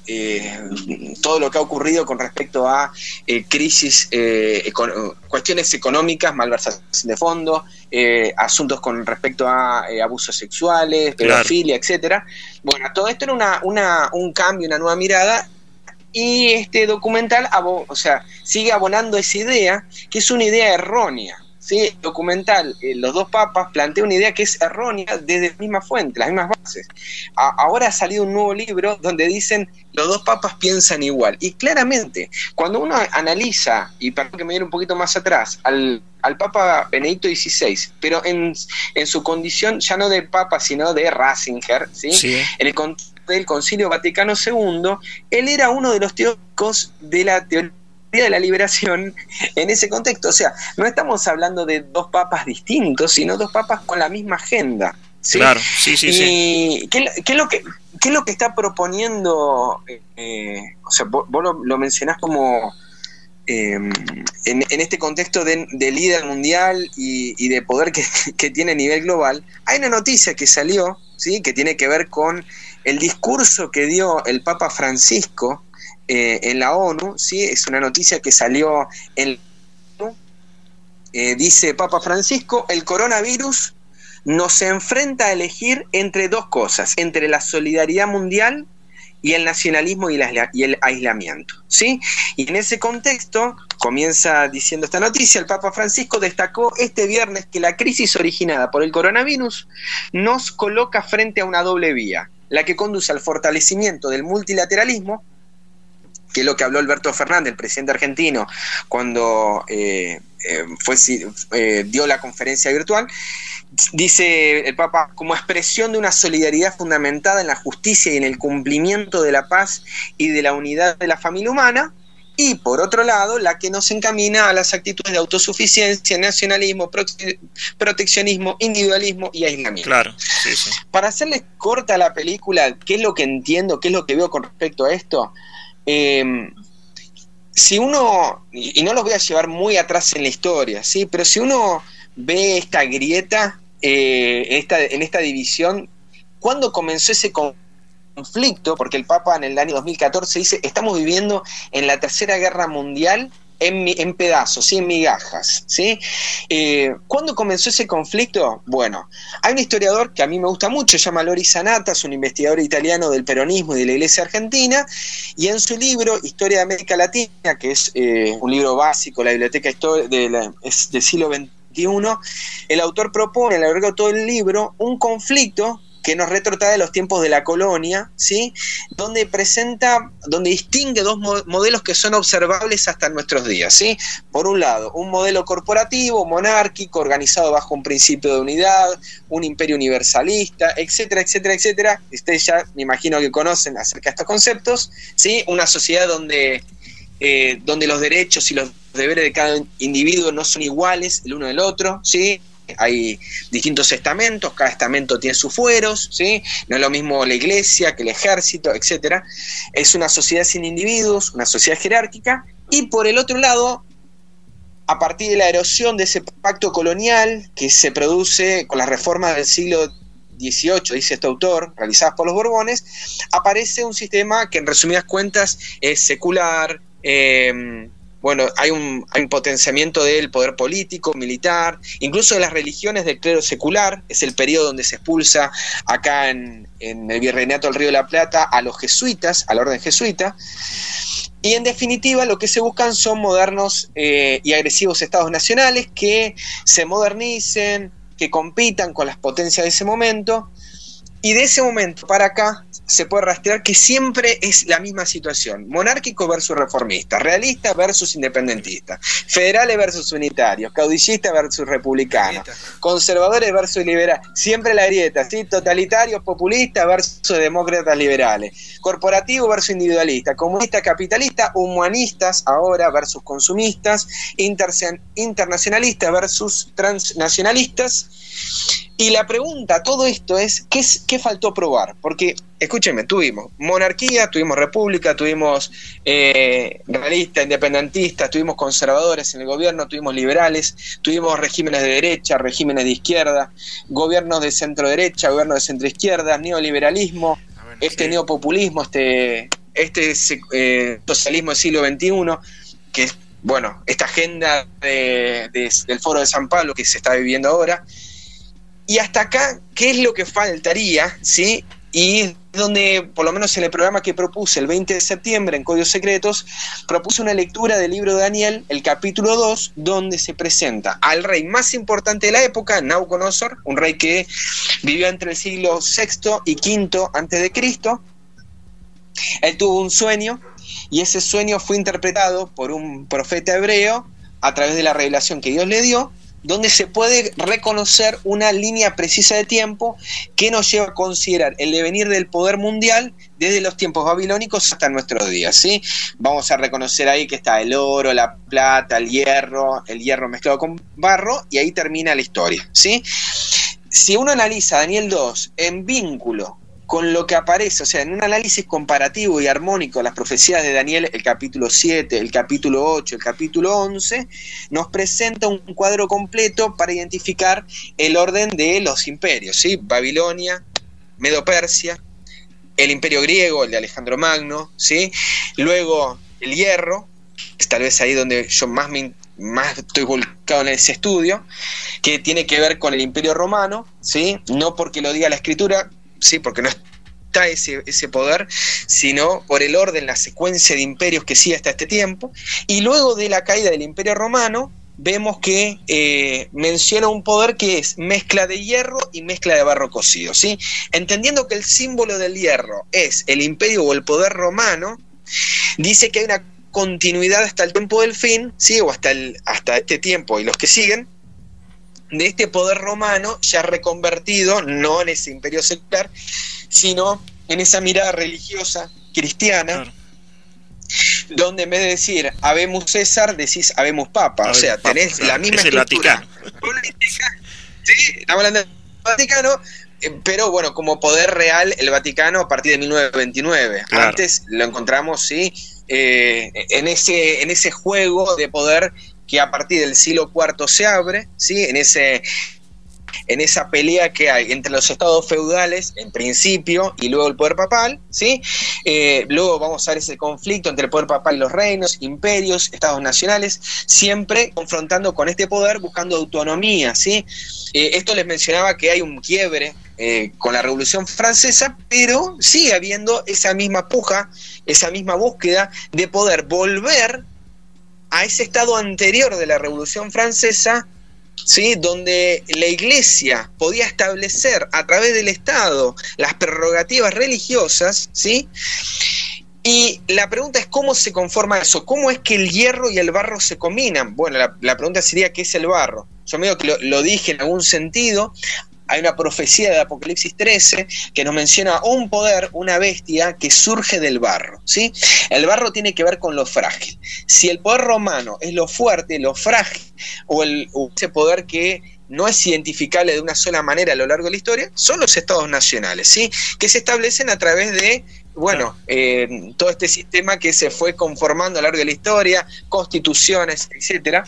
eh, todo lo que ha ocurrido con respecto a eh, crisis, eh, econ- cuestiones económicas, malversación de fondos, eh, asuntos con respecto a eh, abusos sexuales, pedofilia, claro, etcétera. Bueno, todo esto era una, una, un cambio, una nueva mirada. Y este documental, o sea, sigue abonando esa idea, que es una idea errónea. ¿Sí? El documental, eh, Los dos papas, plantea una idea que es errónea desde la misma fuente, las mismas bases. A- ahora ha salido un nuevo libro donde dicen los dos papas piensan igual. Y claramente, cuando uno analiza, y para que me diera un poquito más atrás, al, al Papa Benedicto dieciséis, pero en, en su condición ya no de papa, sino de Ratzinger, ¿sí? Sí. En el contexto del Concilio Vaticano segundo, él era uno de los teóricos de la teoría de la liberación en ese contexto. O sea, no estamos hablando de dos papas distintos, sino dos papas con la misma agenda, ¿sí? Claro, sí, sí, y sí. ¿qué, qué, es lo que, ¿Qué es lo que está proponiendo? Eh, o sea, vos, vos lo, lo mencionás como eh, en, en este contexto de, de líder mundial y, y de poder que, que tiene a nivel global. Hay una noticia que salió, ¿sí?, que tiene que ver con el discurso que dio el Papa Francisco eh, en la ONU, ¿sí? Es una noticia que salió en la ONU. Eh, dice Papa Francisco: el coronavirus nos enfrenta a elegir entre dos cosas, entre la solidaridad mundial y el nacionalismo y, la, y el aislamiento, ¿sí? Y en ese contexto, comienza diciendo esta noticia, el Papa Francisco destacó este viernes que la crisis originada por el coronavirus nos coloca frente a una doble vía, la que conduce al fortalecimiento del multilateralismo, que es lo que habló Alberto Fernández, el presidente argentino, cuando eh, eh, fue, eh, dio la conferencia virtual. Dice el Papa, como expresión de una solidaridad fundamentada en la justicia y en el cumplimiento de la paz y de la unidad de la familia humana, y por otro lado, la que nos encamina a las actitudes de autosuficiencia, nacionalismo, prote- proteccionismo, individualismo y aislamiento. Claro, sí, sí. Para hacerles corta la película, ¿qué es lo que entiendo, qué es lo que veo con respecto a esto? Eh, si uno, y no los voy a llevar muy atrás en la historia, ¿sí?, pero si uno ve esta grieta, eh, esta, en esta división, ¿cuándo comenzó ese conflicto? Porque el Papa en el año dos mil catorce dice, estamos viviendo en la tercera guerra mundial en, en pedazos, ¿sí?, en migajas, ¿sí? Eh, ¿Cuándo comenzó ese conflicto? Bueno, hay un historiador que a mí me gusta mucho, se llama Loris Sanata, es un investigador italiano del peronismo y de la Iglesia argentina, y en su libro Historia de América Latina, que es eh, un libro básico, la biblioteca de la, es del siglo veintiuno, el autor propone a lo largo de todo el libro un conflicto que nos retrotrae a los tiempos de la colonia, ¿sí?, donde presenta, donde distingue dos mo- modelos que son observables hasta nuestros días, ¿sí? Por un lado, un modelo corporativo, monárquico, organizado bajo un principio de unidad, un imperio universalista, etcétera, etcétera, etcétera. Ustedes ya me imagino que conocen acerca de estos conceptos, ¿sí? Una sociedad donde, eh, donde los derechos y los deberes de cada individuo no son iguales el uno del otro, ¿sí? Hay distintos estamentos, cada estamento tiene sus fueros, ¿sí? No es lo mismo la iglesia que el ejército, etcétera. Es una sociedad sin individuos, una sociedad jerárquica. Y por el otro lado, a partir de la erosión de ese pacto colonial que se produce con las reformas del siglo dieciocho, dice este autor, realizadas por los Borbones, aparece un sistema que en resumidas cuentas es secular. eh, Bueno, hay un, hay un potenciamiento del poder político, militar, incluso de las religiones del clero secular. Es el periodo donde se expulsa acá en, en el Virreinato del Río de la Plata a los jesuitas, a la orden jesuita. Y en definitiva lo que se buscan son modernos eh, y agresivos estados nacionales que se modernicen, que compitan con las potencias de ese momento. Y de ese momento para acá se puede rastrear que siempre es la misma situación: monárquico versus reformista, realista versus independentista, federales versus unitarios, caudillistas versus republicanos, conservadores versus liberales, siempre la grieta, ¿sí? Totalitarios, populistas versus demócratas liberales, corporativo versus individualista, comunista, capitalista, humanistas ahora versus consumistas, inter- internacionalistas versus transnacionalistas. Y la pregunta a todo esto es, ¿qué, es, ¿qué faltó probar? Porque, escúchenme, tuvimos monarquía, tuvimos república, tuvimos eh, realistas, independentistas, tuvimos conservadores en el gobierno, tuvimos liberales, tuvimos regímenes de derecha, regímenes de izquierda, gobiernos de centro derecha, gobiernos de centro izquierda, neoliberalismo, este neopopulismo, este este eh, socialismo del siglo veintiuno, que es, bueno, esta agenda de, de, del Foro de San Pablo que se está viviendo ahora. Y hasta acá, ¿qué es lo que faltaría? ¿Sí? Y donde, por lo menos en el programa que propuse el veinte de septiembre en Códigos Secretos, propuse una lectura del libro de Daniel, el capítulo dos, donde se presenta al rey más importante de la época, Nabucodonosor, un rey que vivió entre el siglo sexto y quinto antes de Cristo. Él tuvo un sueño, y ese sueño fue interpretado por un profeta hebreo a través de la revelación que Dios le dio, donde se puede reconocer una línea precisa de tiempo que nos lleva a considerar el devenir del poder mundial desde los tiempos babilónicos hasta nuestros días, ¿sí? Vamos a reconocer ahí que está el oro, la plata, el hierro, el hierro mezclado con barro, y ahí termina la historia, ¿sí? Si uno analiza Daniel dos en vínculo con lo que aparece, o sea, en un análisis comparativo y armónico de las profecías de Daniel, el capítulo siete, el capítulo ocho, el capítulo once, nos presenta un cuadro completo para identificar el orden de los imperios, ¿sí? Babilonia, Medo-Persia, el imperio griego, el de Alejandro Magno, ¿sí? Luego el hierro, que tal vez ahí donde yo más me más estoy volcado en ese estudio, que tiene que ver con el imperio romano, ¿sí? No porque lo diga la escritura, sí, porque no está ese, ese poder, sino por el orden, la secuencia de imperios que sigue hasta este tiempo. Y luego de la caída del imperio romano, vemos que eh, menciona un poder que es mezcla de hierro y mezcla de barro cocido, ¿sí? Entendiendo que el símbolo del hierro es el imperio o el poder romano, dice que hay una continuidad hasta el tiempo del fin, ¿sí? O hasta, el, hasta este tiempo y los que siguen, de este poder romano ya reconvertido, no en ese imperio secular, sino en esa mirada religiosa cristiana, claro, donde en vez de decir habemos César, decís habemos Papa, habemos o sea, Papa, tenés claro, la misma es el estructura Vaticano. Sí, estamos hablando del Vaticano, pero bueno, como poder real, el Vaticano a partir de mil novecientos veintinueve. Claro. Antes lo encontramos, sí, eh, en ese, en ese juego de poder que a partir del siglo cuarto se abre, ¿sí? en, ese, en esa pelea que hay entre los estados feudales, en principio, y luego el poder papal, ¿sí? Eh, luego vamos a ver ese conflicto entre el poder papal y los reinos, imperios, estados nacionales, siempre confrontando con este poder, buscando autonomía, ¿sí? Eh, esto les mencionaba que hay un quiebre eh, con la Revolución Francesa, pero sigue habiendo esa misma puja, esa misma búsqueda de poder volver a ese estado anterior de la Revolución Francesa, ¿sí? Donde la Iglesia podía establecer a través del Estado las prerrogativas religiosas, ¿sí? Y la pregunta es cómo se conforma eso, cómo es que el hierro y el barro se combinan. Bueno, la, la pregunta sería ¿qué es el barro? Yo medio que lo, lo dije en algún sentido. Hay una profecía de Apocalipsis trece que nos menciona un poder, una bestia que surge del barro, ¿sí? El barro tiene que ver con lo frágil. Si el poder romano es lo fuerte, lo frágil, o, el, o ese poder que no es identificable de una sola manera a lo largo de la historia, son los estados nacionales, ¿sí? Que se establecen a través de, bueno, eh, todo este sistema que se fue conformando a lo largo de la historia, constituciones, etcétera.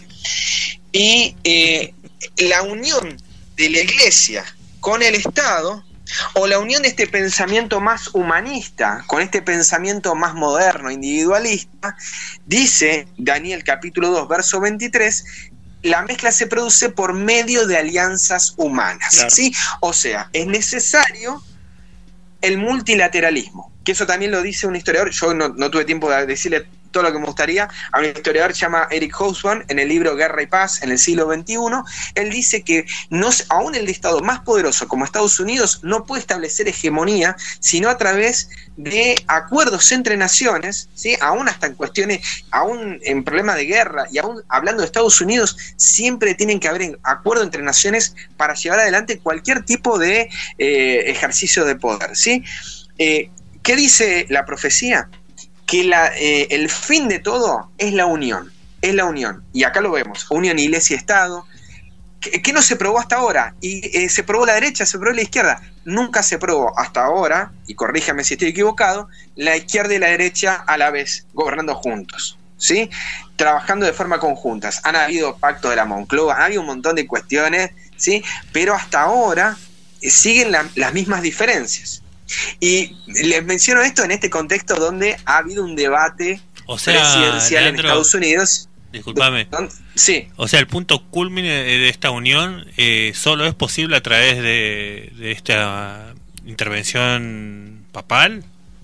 Y eh, la unión de la Iglesia con el Estado, o la unión de este pensamiento más humanista con este pensamiento más moderno, individualista, dice Daniel capítulo dos, verso veintitrés, la mezcla se produce por medio de alianzas humanas, claro, ¿sí? O sea, es necesario el multilateralismo, que eso también lo dice un historiador. Yo no, no tuve tiempo de decirle todo lo que me gustaría. A un historiador que se llama Eric Hobsbawm, en el libro Guerra y Paz en el siglo veintiuno, él dice que no, aún el Estado más poderoso como Estados Unidos no puede establecer hegemonía sino a través de acuerdos entre naciones, ¿sí? Aún hasta en cuestiones, aún en problemas de guerra, y aún hablando de Estados Unidos, siempre tienen que haber acuerdos entre naciones para llevar adelante cualquier tipo de eh, ejercicio de poder, ¿sí? Eh, ¿Qué dice la profecía? Que la, eh, el fin de todo es la unión, es la unión, y acá lo vemos, unión iglesia-estado. ¿Qué, qué no se probó hasta ahora? Y eh, se probó la derecha, se probó la izquierda, nunca se probó hasta ahora, y corríjame si estoy equivocado, la izquierda y la derecha a la vez, gobernando juntos, ¿sí? Trabajando de forma conjunta. Han habido pactos de la Moncloa, ha habido un montón de cuestiones, ¿sí? Pero hasta ahora eh, siguen la, las mismas diferencias. Y les menciono esto en este contexto donde ha habido un debate o sea, presidencial Leandro, en Estados Unidos. Disculpame. Sí. O sea, el punto culmine de esta unión eh, solo es posible a través de, de esta intervención papal.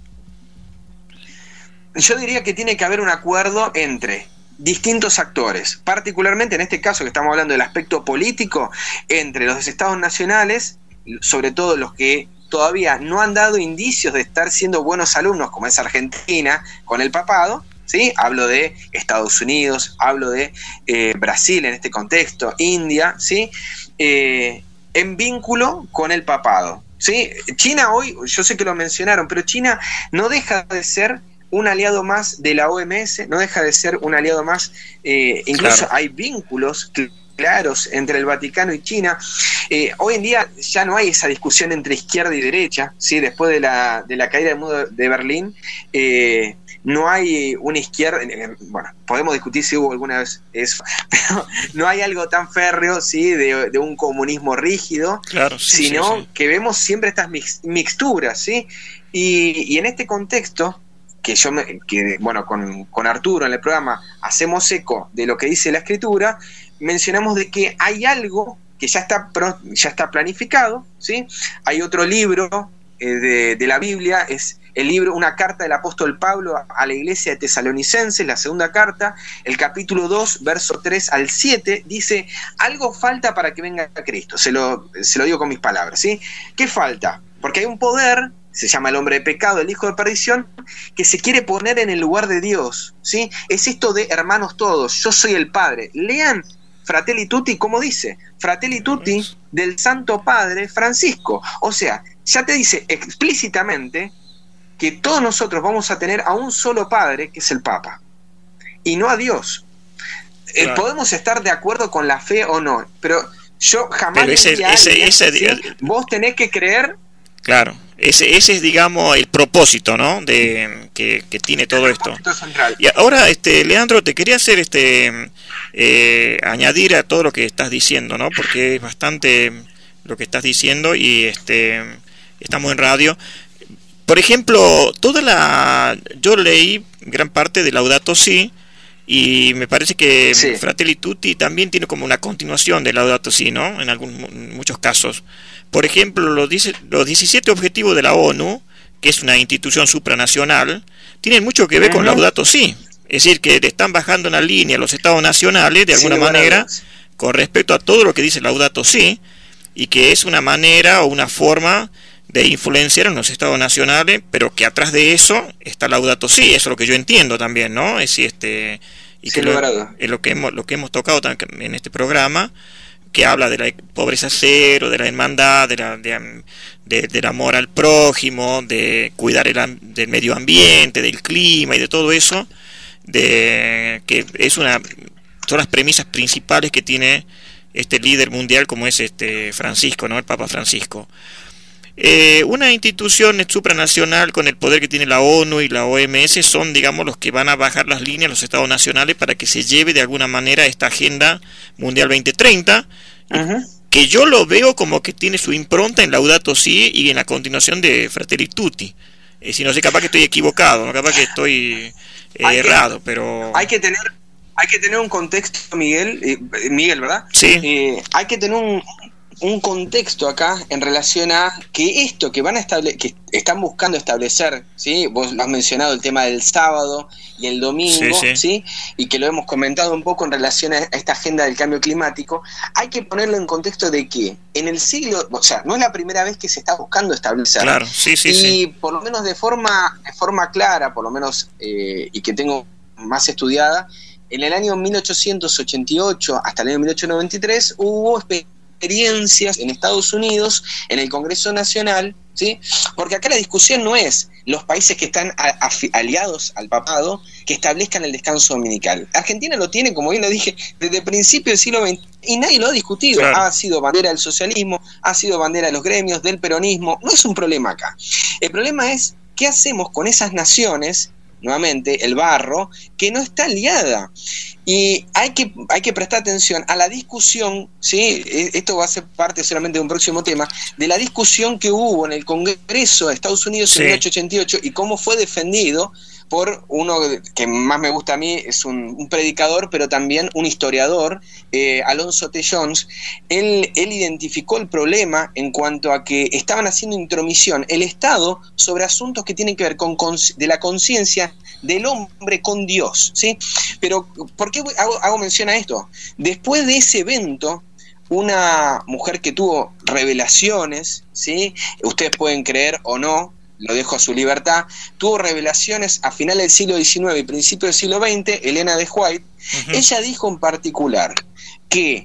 Yo diría que tiene que haber un acuerdo entre distintos actores, particularmente en este caso que estamos hablando del aspecto político, entre los estados nacionales, sobre todo los que todavía no han dado indicios de estar siendo buenos alumnos, como es Argentina con el papado, ¿sí? Hablo de Estados Unidos, hablo de eh, Brasil en este contexto, India, ¿sí? Eh, en vínculo con el papado, ¿sí? China hoy, yo sé que lo mencionaron, pero China no deja de ser un aliado más de la O M S, no deja de ser un aliado más, eh, incluso claro. Hay vínculos claros entre el Vaticano y China. Eh, hoy en día ya no hay esa discusión entre izquierda y derecha, ¿sí? Después de la, de la caída del muro de Berlín, eh, no hay una izquierda, eh, bueno, podemos discutir si hubo alguna vez eso, pero no hay algo tan férreo, ¿sí? de, de un comunismo rígido, claro, sí, sino sí, sí. que vemos siempre estas mix, mixturas, ¿sí? Y, y en este contexto, que yo me, que bueno con, con Arturo en el programa hacemos eco de lo que dice la escritura, mencionamos de que hay algo que ya está pro, ya está planificado, ¿sí? Hay otro libro eh, de, de la Biblia, es el libro, una carta del apóstol Pablo a la iglesia de Tesalonicenses, la segunda carta, el capítulo dos, verso tres al siete, dice, algo falta para que venga Cristo, se lo, se lo digo con mis palabras, ¿sí? ¿Qué falta? Porque hay un poder, se llama el hombre de pecado, el hijo de perdición, que se quiere poner en el lugar de Dios, ¿sí? Es esto de hermanos todos, yo soy el Padre. Lean Fratelli Tutti, como dice, Fratelli Tutti del Santo Padre Francisco. O sea, ya te dice explícitamente que todos nosotros vamos a tener a un solo Padre, que es el Papa, y no a Dios. Claro. Eh, podemos estar de acuerdo con la fe o no, pero yo jamás pero ese, diría ese, alguien, ese, ¿sí? ese, vos tenés que creer. Claro, ese, ese es, digamos, el propósito, ¿no? De que, que tiene todo esto. Y ahora, este, Leandro, te quería hacer, este, eh, añadir a todo lo que estás diciendo, ¿no? Porque es bastante lo que estás diciendo y, este, estamos en radio. Por ejemplo, toda la, yo leí gran parte de Laudato Si y me parece que sí. Fratelli Tutti también tiene como una continuación de Laudato Si, ¿no? En algunos, en muchos casos. Por ejemplo, los, los diecisiete objetivos de la ONU, que es una institución supranacional, tienen mucho que ver uh-huh. con Laudato Si. Es decir, que le están bajando una línea a los estados nacionales, de alguna sí, manera, con respecto a todo lo que dice Laudato Si, y que es una manera o una forma de influenciar en los estados nacionales, pero que atrás de eso está Laudato Si. Eso es lo que yo entiendo también, ¿no? Es decir, este, y sí, que lo, es lo que hemos, lo que hemos tocado en este programa, que habla de la pobreza cero, de la hermandad, de la, de, de, del amor al prójimo, de cuidar el, del medio ambiente, del clima y de todo eso, de que es una son las premisas principales que tiene este líder mundial como es este Francisco, ¿no? El Papa Francisco. Eh, una institución supranacional con el poder que tiene la ONU y la O M S son, digamos, los que van a bajar las líneas a los estados nacionales para que se lleve de alguna manera esta Agenda Mundial veinte treinta, uh-huh. que yo lo veo como que tiene su impronta en Laudato Si y en la continuación de Fratelli Tutti. Eh, si no sé, capaz que estoy equivocado, ¿no? Capaz que estoy eh, errado, que, pero... Hay que tener... Hay que tener un contexto, Miguel, eh, Miguel, ¿verdad? Sí. Eh, hay que tener un, un contexto acá en relación a que esto que van a estable que están buscando establecer, ¿sí? Vos lo has mencionado, el tema del sábado y el domingo, sí, sí. ¿sí? Y que lo hemos comentado un poco en relación a esta agenda del cambio climático. Hay que ponerlo en contexto de que en el siglo, o sea, no es la primera vez que se está buscando establecer. Claro, sí, sí, y sí. por lo menos de forma, de forma clara, por lo menos, eh, y que tengo más estudiada, en el año mil ochocientos ochenta y ocho hasta el año mil ochocientos noventa y tres hubo experiencias en Estados Unidos, en el Congreso Nacional, ¿sí? Porque acá la discusión no es los países que están a, a, aliados al papado que establezcan el descanso dominical. Argentina lo tiene, como bien lo dije, desde el principio del siglo veinte y nadie lo ha discutido. Claro. Ha sido bandera del socialismo, ha sido bandera de los gremios, del peronismo. No es un problema acá. El problema es qué hacemos con esas naciones, nuevamente, el barro, que no está aliada. Y hay que, hay que prestar atención a la discusión, ¿sí? Esto va a ser parte solamente de un próximo tema, de la discusión que hubo en el Congreso de Estados Unidos, sí, en mil ochocientos ochenta y ocho, y cómo fue defendido por uno que más me gusta a mí, es un, un predicador, pero también un historiador, eh, Alonzo T. Jones. Él, él identificó el problema en cuanto a que estaban haciendo intromisión el Estado sobre asuntos que tienen que ver con, con de la conciencia del hombre con Dios, ¿sí? Pero, ¿por qué hago, hago mención a esto? Después de ese evento, una mujer que tuvo revelaciones, ¿sí? Ustedes pueden creer o no, lo dejo a su libertad, tuvo revelaciones a finales del siglo diecinueve y principios del siglo veinte, Elena de White. Uh-huh. Ella dijo en particular que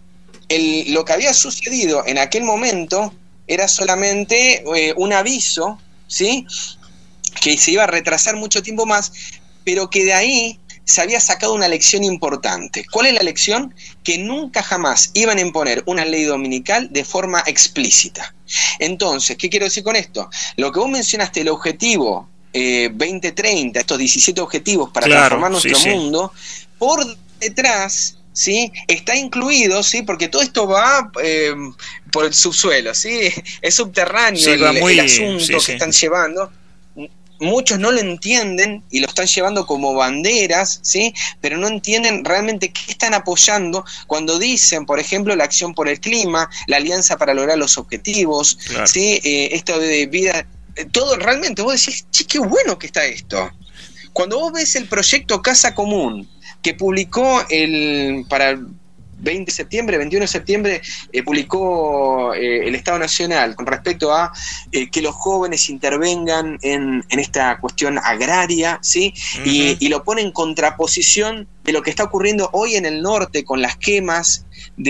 el, lo que había sucedido en aquel momento era solamente eh, un aviso, ¿sí?, que se iba a retrasar mucho tiempo más, pero que de ahí se había sacado una lección importante. ¿Cuál es la lección? Que nunca jamás iban a imponer una ley dominical de forma explícita. Entonces, ¿qué quiero decir con esto? Lo que vos mencionaste, el objetivo eh, veinte treinta, estos diecisiete objetivos para claro, transformar nuestro sí, mundo, sí. por detrás, ¿sí?, está incluido, ¿sí?, porque todo esto va eh, por el subsuelo, ¿sí?, es subterráneo sí, el, muy, el asunto sí, que sí. están llevando. Muchos no lo entienden y lo están llevando como banderas, ¿sí?, pero no entienden realmente qué están apoyando cuando dicen, por ejemplo, la acción por el clima, la alianza para lograr los objetivos, claro. ¿sí?, eh, esto de vida, todo realmente vos decís, che, qué bueno que está esto. Cuando vos ves el proyecto Casa Común que publicó el para el veinte de septiembre, veintiuno de septiembre, eh, publicó eh, el Estado Nacional con respecto a eh, que los jóvenes intervengan en, en esta cuestión agraria, ¿sí? Uh-huh. y, y lo pone en contraposición de lo que está ocurriendo hoy en el norte con las quemas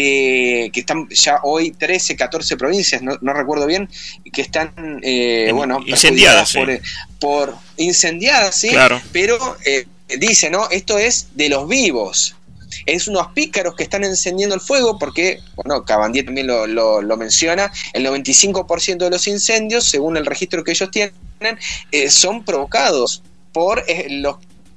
de que están ya hoy trece, catorce provincias, no, no recuerdo bien, que están eh, bueno, incendiadas, por, sí. por incendiadas, ¿sí? Claro. Pero eh, dice, ¿no? Esto es de los vivos. Es unos pícaros que están encendiendo el fuego porque, bueno, Cabandier también lo, lo, lo menciona, el noventa y cinco por ciento de los incendios, según el registro que ellos tienen, eh, son provocados por eh, los,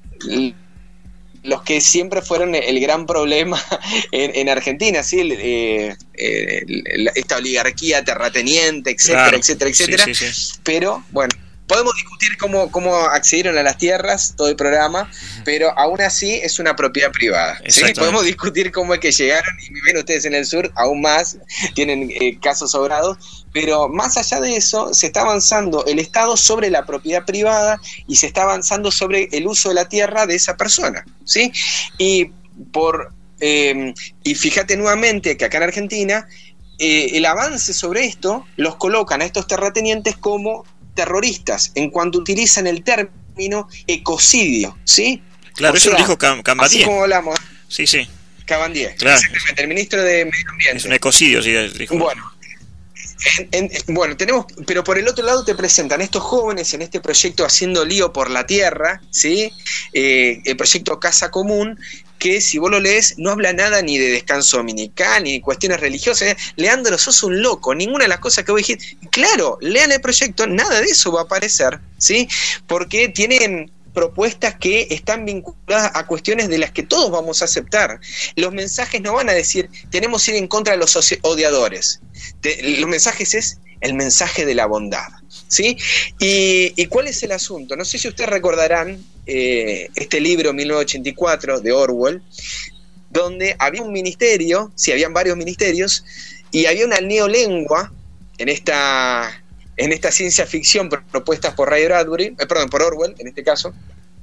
los que siempre fueron el gran problema en, en Argentina, ¿sí? Eh, eh, esta oligarquía terrateniente, etcétera, claro. etcétera, etcétera. Sí, sí, sí. Pero, bueno, podemos discutir cómo, cómo accedieron a las tierras, todo el programa, pero aún así es una propiedad privada, ¿sí? Podemos discutir cómo es que llegaron, y ven ustedes en el sur, aún más, tienen eh, casos sobrados, pero más allá de eso, se está avanzando el Estado sobre la propiedad privada y se está avanzando sobre el uso de la tierra de esa persona, ¿sí? Y, por, eh, y fíjate nuevamente que acá en Argentina, eh, el avance sobre esto los colocan a estos terratenientes como terroristas en cuanto utilizan el término ecocidio, ¿sí? Claro, o eso sea, lo dijo Cabandier. Así como hablamos. Sí, sí. Cabandier, claro. el ministro de Medio Ambiente. Es un ecocidio, sí, dijo. Bueno, en, en, bueno, tenemos, pero por el otro lado te presentan estos jóvenes en este proyecto Haciendo Lío por la Tierra, ¿sí? Eh, el proyecto Casa Común, que si vos lo lees no habla nada ni de descanso dominical ni de cuestiones religiosas. Leandro, sos un loco, ninguna de las cosas que vos dijiste. Claro, lean el proyecto, nada de eso va a aparecer, ¿sí? Porque tienen propuestas que están vinculadas a cuestiones de las que todos vamos a aceptar. Los mensajes no van a decir tenemos que ir en contra de los odiadores. Te, los mensajes es el mensaje de la bondad, ¿sí? Y, ¿y cuál es el asunto? No sé si ustedes recordarán eh, este libro mil novecientos ochenta y cuatro de Orwell, donde había un ministerio, sí, habían varios ministerios, y había una neolengua en esta, en esta ciencia ficción propuesta por Ray Bradbury, eh, perdón, por Orwell en este caso,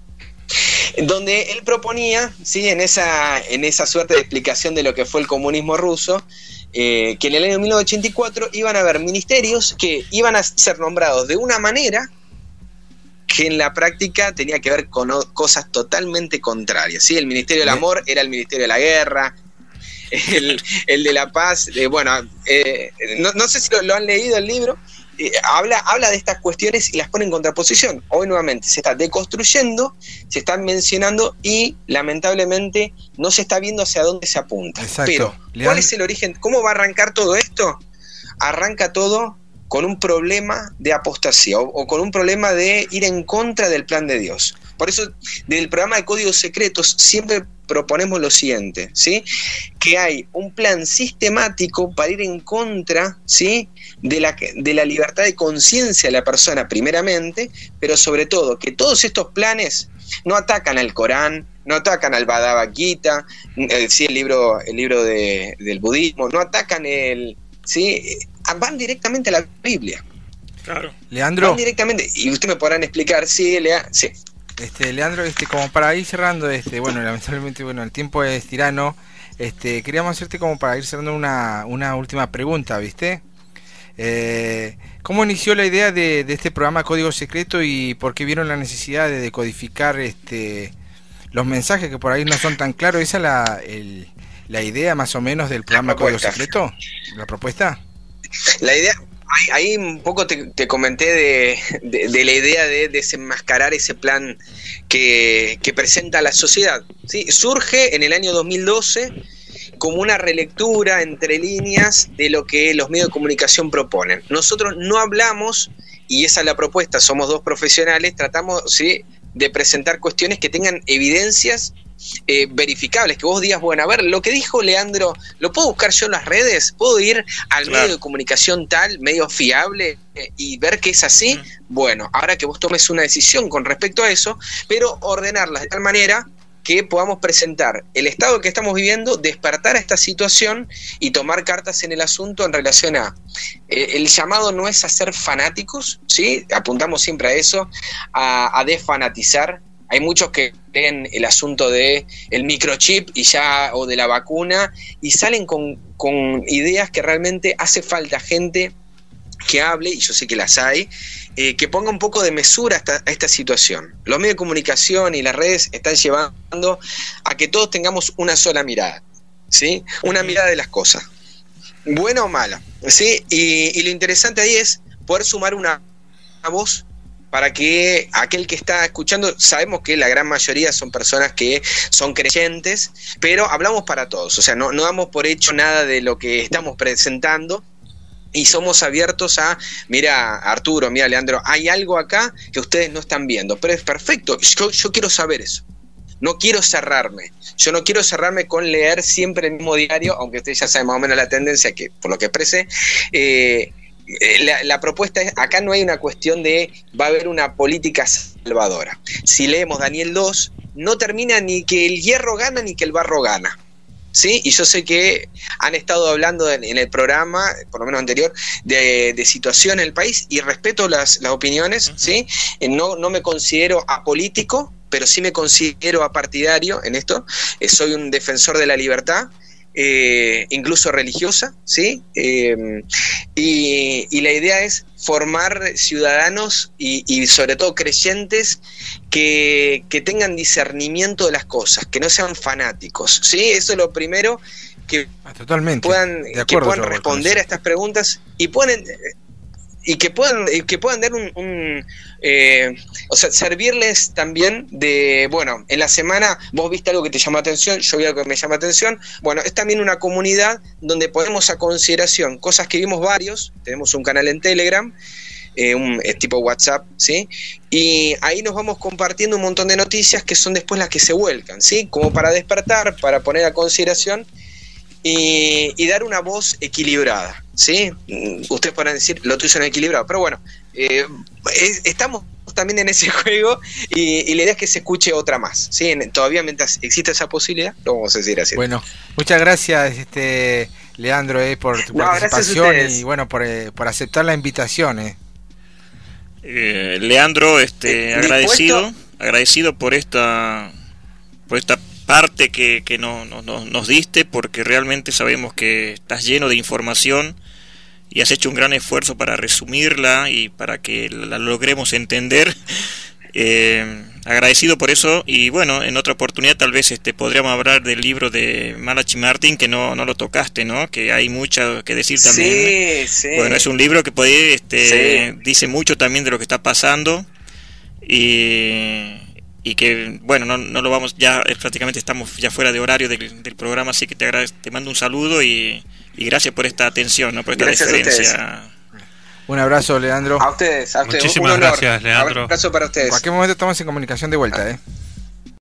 donde él proponía, sí, en esa, en esa suerte de explicación de lo que fue el comunismo ruso, eh, que en el año mil novecientos ochenta y cuatro iban a haber ministerios que iban a ser nombrados de una manera que en la práctica tenía que ver con cosas totalmente contrarias, ¿sí? El Ministerio del Amor era el Ministerio de la Guerra, el, el de la Paz, eh, bueno, eh, no, no sé si lo, lo han leído el libro, eh, habla, habla de estas cuestiones y las pone en contraposición. Hoy nuevamente se está deconstruyendo, se están mencionando y lamentablemente no se está viendo hacia dónde se apunta. Exacto. Pero, ¿cuál Leon... es el origen? ¿Cómo va a arrancar todo esto? Arranca todo con un problema de apostasía o, o con un problema de ir en contra del plan de Dios. Por eso, del programa de Códigos Secretos siempre proponemos lo siguiente, ¿sí? Que hay un plan sistemático para ir en contra, ¿sí? de la, de la libertad de conciencia de la persona primeramente, pero sobre todo que todos estos planes no atacan al Corán, no atacan al Bhagavad Gita, eh, sí, el libro, el libro de, del budismo, no atacan el, ¿sí? Van directamente a la Biblia. Claro. Leandro. Van directamente, y ustedes me podrán explicar, sí, Lea, sí. Este, Leandro, este, como para ir cerrando, este, bueno, lamentablemente, bueno, el tiempo es tirano. Este, queríamos hacerte como para ir cerrando una, una última pregunta, ¿viste? Eh, ¿Cómo inició la idea de, de este programa Código Secreto y por qué vieron la necesidad de decodificar este, los mensajes que por ahí no son tan claros? ¿Esa es la, el, la idea más o menos del programa Código Secreto? ¿La propuesta? La idea... Ahí un poco te, te comenté de, de, de la idea de desenmascarar ese plan que, que presenta la sociedad, ¿sí? Surge en el año dos mil doce como una relectura entre líneas de lo que los medios de comunicación proponen. Nosotros no hablamos, y esa es la propuesta, somos dos profesionales, tratamos, ¿sí?, de presentar cuestiones que tengan evidencias Eh, verificables, que vos digas, bueno, a ver, lo que dijo Leandro, ¿lo puedo buscar yo en las redes? ¿Puedo ir al claro. medio de comunicación tal, medio fiable, eh, y ver que es así? Uh-huh. Bueno, ahora que vos tomes una decisión con respecto a eso, pero ordenarlas de tal manera que podamos presentar el estado que estamos viviendo, despertar a esta situación y tomar cartas en el asunto en relación a eh, el llamado no es a ser fanáticos, ¿sí? Apuntamos siempre a eso, a, a desfanatizar. Hay muchos que ven el asunto de el microchip y ya o de la vacuna y salen con, con ideas que realmente hace falta gente que hable, y yo sé que las hay, eh, que ponga un poco de mesura a esta, a esta situación. Los medios de comunicación y las redes están llevando a que todos tengamos una sola mirada, ¿sí? Una mirada de las cosas, buena o mala, ¿sí? Y, y lo interesante ahí es poder sumar una, una voz para que aquel que está escuchando, sabemos que la gran mayoría son personas que son creyentes, pero hablamos para todos, o sea, no, no damos por hecho nada de lo que estamos presentando y somos abiertos a, mira Arturo, mira Leandro, hay algo acá que ustedes no están viendo, pero es perfecto, yo, yo quiero saber eso. No quiero cerrarme, yo no quiero cerrarme con leer siempre el mismo diario, aunque ustedes ya saben más o menos la tendencia, que por lo que expresé, eh, La, la propuesta es, acá no hay una cuestión de va a haber una política salvadora. Si leemos Daniel dos, no termina ni que el hierro gana ni que el barro gana, ¿sí? Y yo sé que han estado hablando en, en el programa, por lo menos anterior, de, de situación en el país, y respeto las, las opiniones, uh-huh. ¿sí? No, no me considero apolítico, pero sí me considero apartidario en esto. Eh, soy un defensor de la libertad, Eh, incluso religiosa, ¿sí? Eh, y, y la idea es formar ciudadanos y, y sobre todo creyentes que, que tengan discernimiento de las cosas, que no sean fanáticos, ¿sí? Eso es lo primero, que ah, totalmente. puedan, de acuerdo, que puedan responder a estas preguntas y puedan... y que puedan que puedan dar un, un eh, o sea, servirles también de, bueno, en la semana vos viste algo que te llama atención, yo vi algo que me llama atención, bueno, es también una comunidad donde ponemos a consideración cosas que vimos varios, tenemos un canal en Telegram, eh, un, es tipo WhatsApp, ¿sí? Y ahí nos vamos compartiendo un montón de noticias que son después las que se vuelcan, ¿sí? Como para despertar, para poner a consideración y, y dar una voz equilibrada, ¿sí? Ustedes podrán decir, lo tuyo no es equilibrado, pero bueno, eh, es, estamos también en ese juego y, y la idea es que se escuche otra más, ¿sí? Todavía mientras existe esa posibilidad, lo vamos a decir así. Bueno, muchas gracias, este Leandro, eh, por tu no, participación y bueno, por, eh, por aceptar la invitación. Eh. Eh, Leandro, este, agradecido, agradecido por esta, por esta parte que, que no, no, no, nos diste, porque realmente sabemos que estás lleno de información y has hecho un gran esfuerzo para resumirla y para que la logremos entender. Eh, agradecido por eso, y bueno, en otra oportunidad tal vez este podríamos hablar del libro de Malachi Martin, que no, no lo tocaste, ¿no? Que hay mucho que decir también. Sí, sí. Bueno, es un libro que puede, este, sí. dice mucho también de lo que está pasando y... y que bueno, no, no lo vamos, ya prácticamente estamos ya fuera de horario del, del programa, así que te, te mando un saludo y, y gracias por esta atención, ¿no? Por esta gracias deferencia. Un abrazo, Leandro. A ustedes, a ustedes. Muchísimas un honor. gracias, Leandro. Un abrazo para ustedes. En cualquier momento estamos en comunicación de vuelta, ¿eh?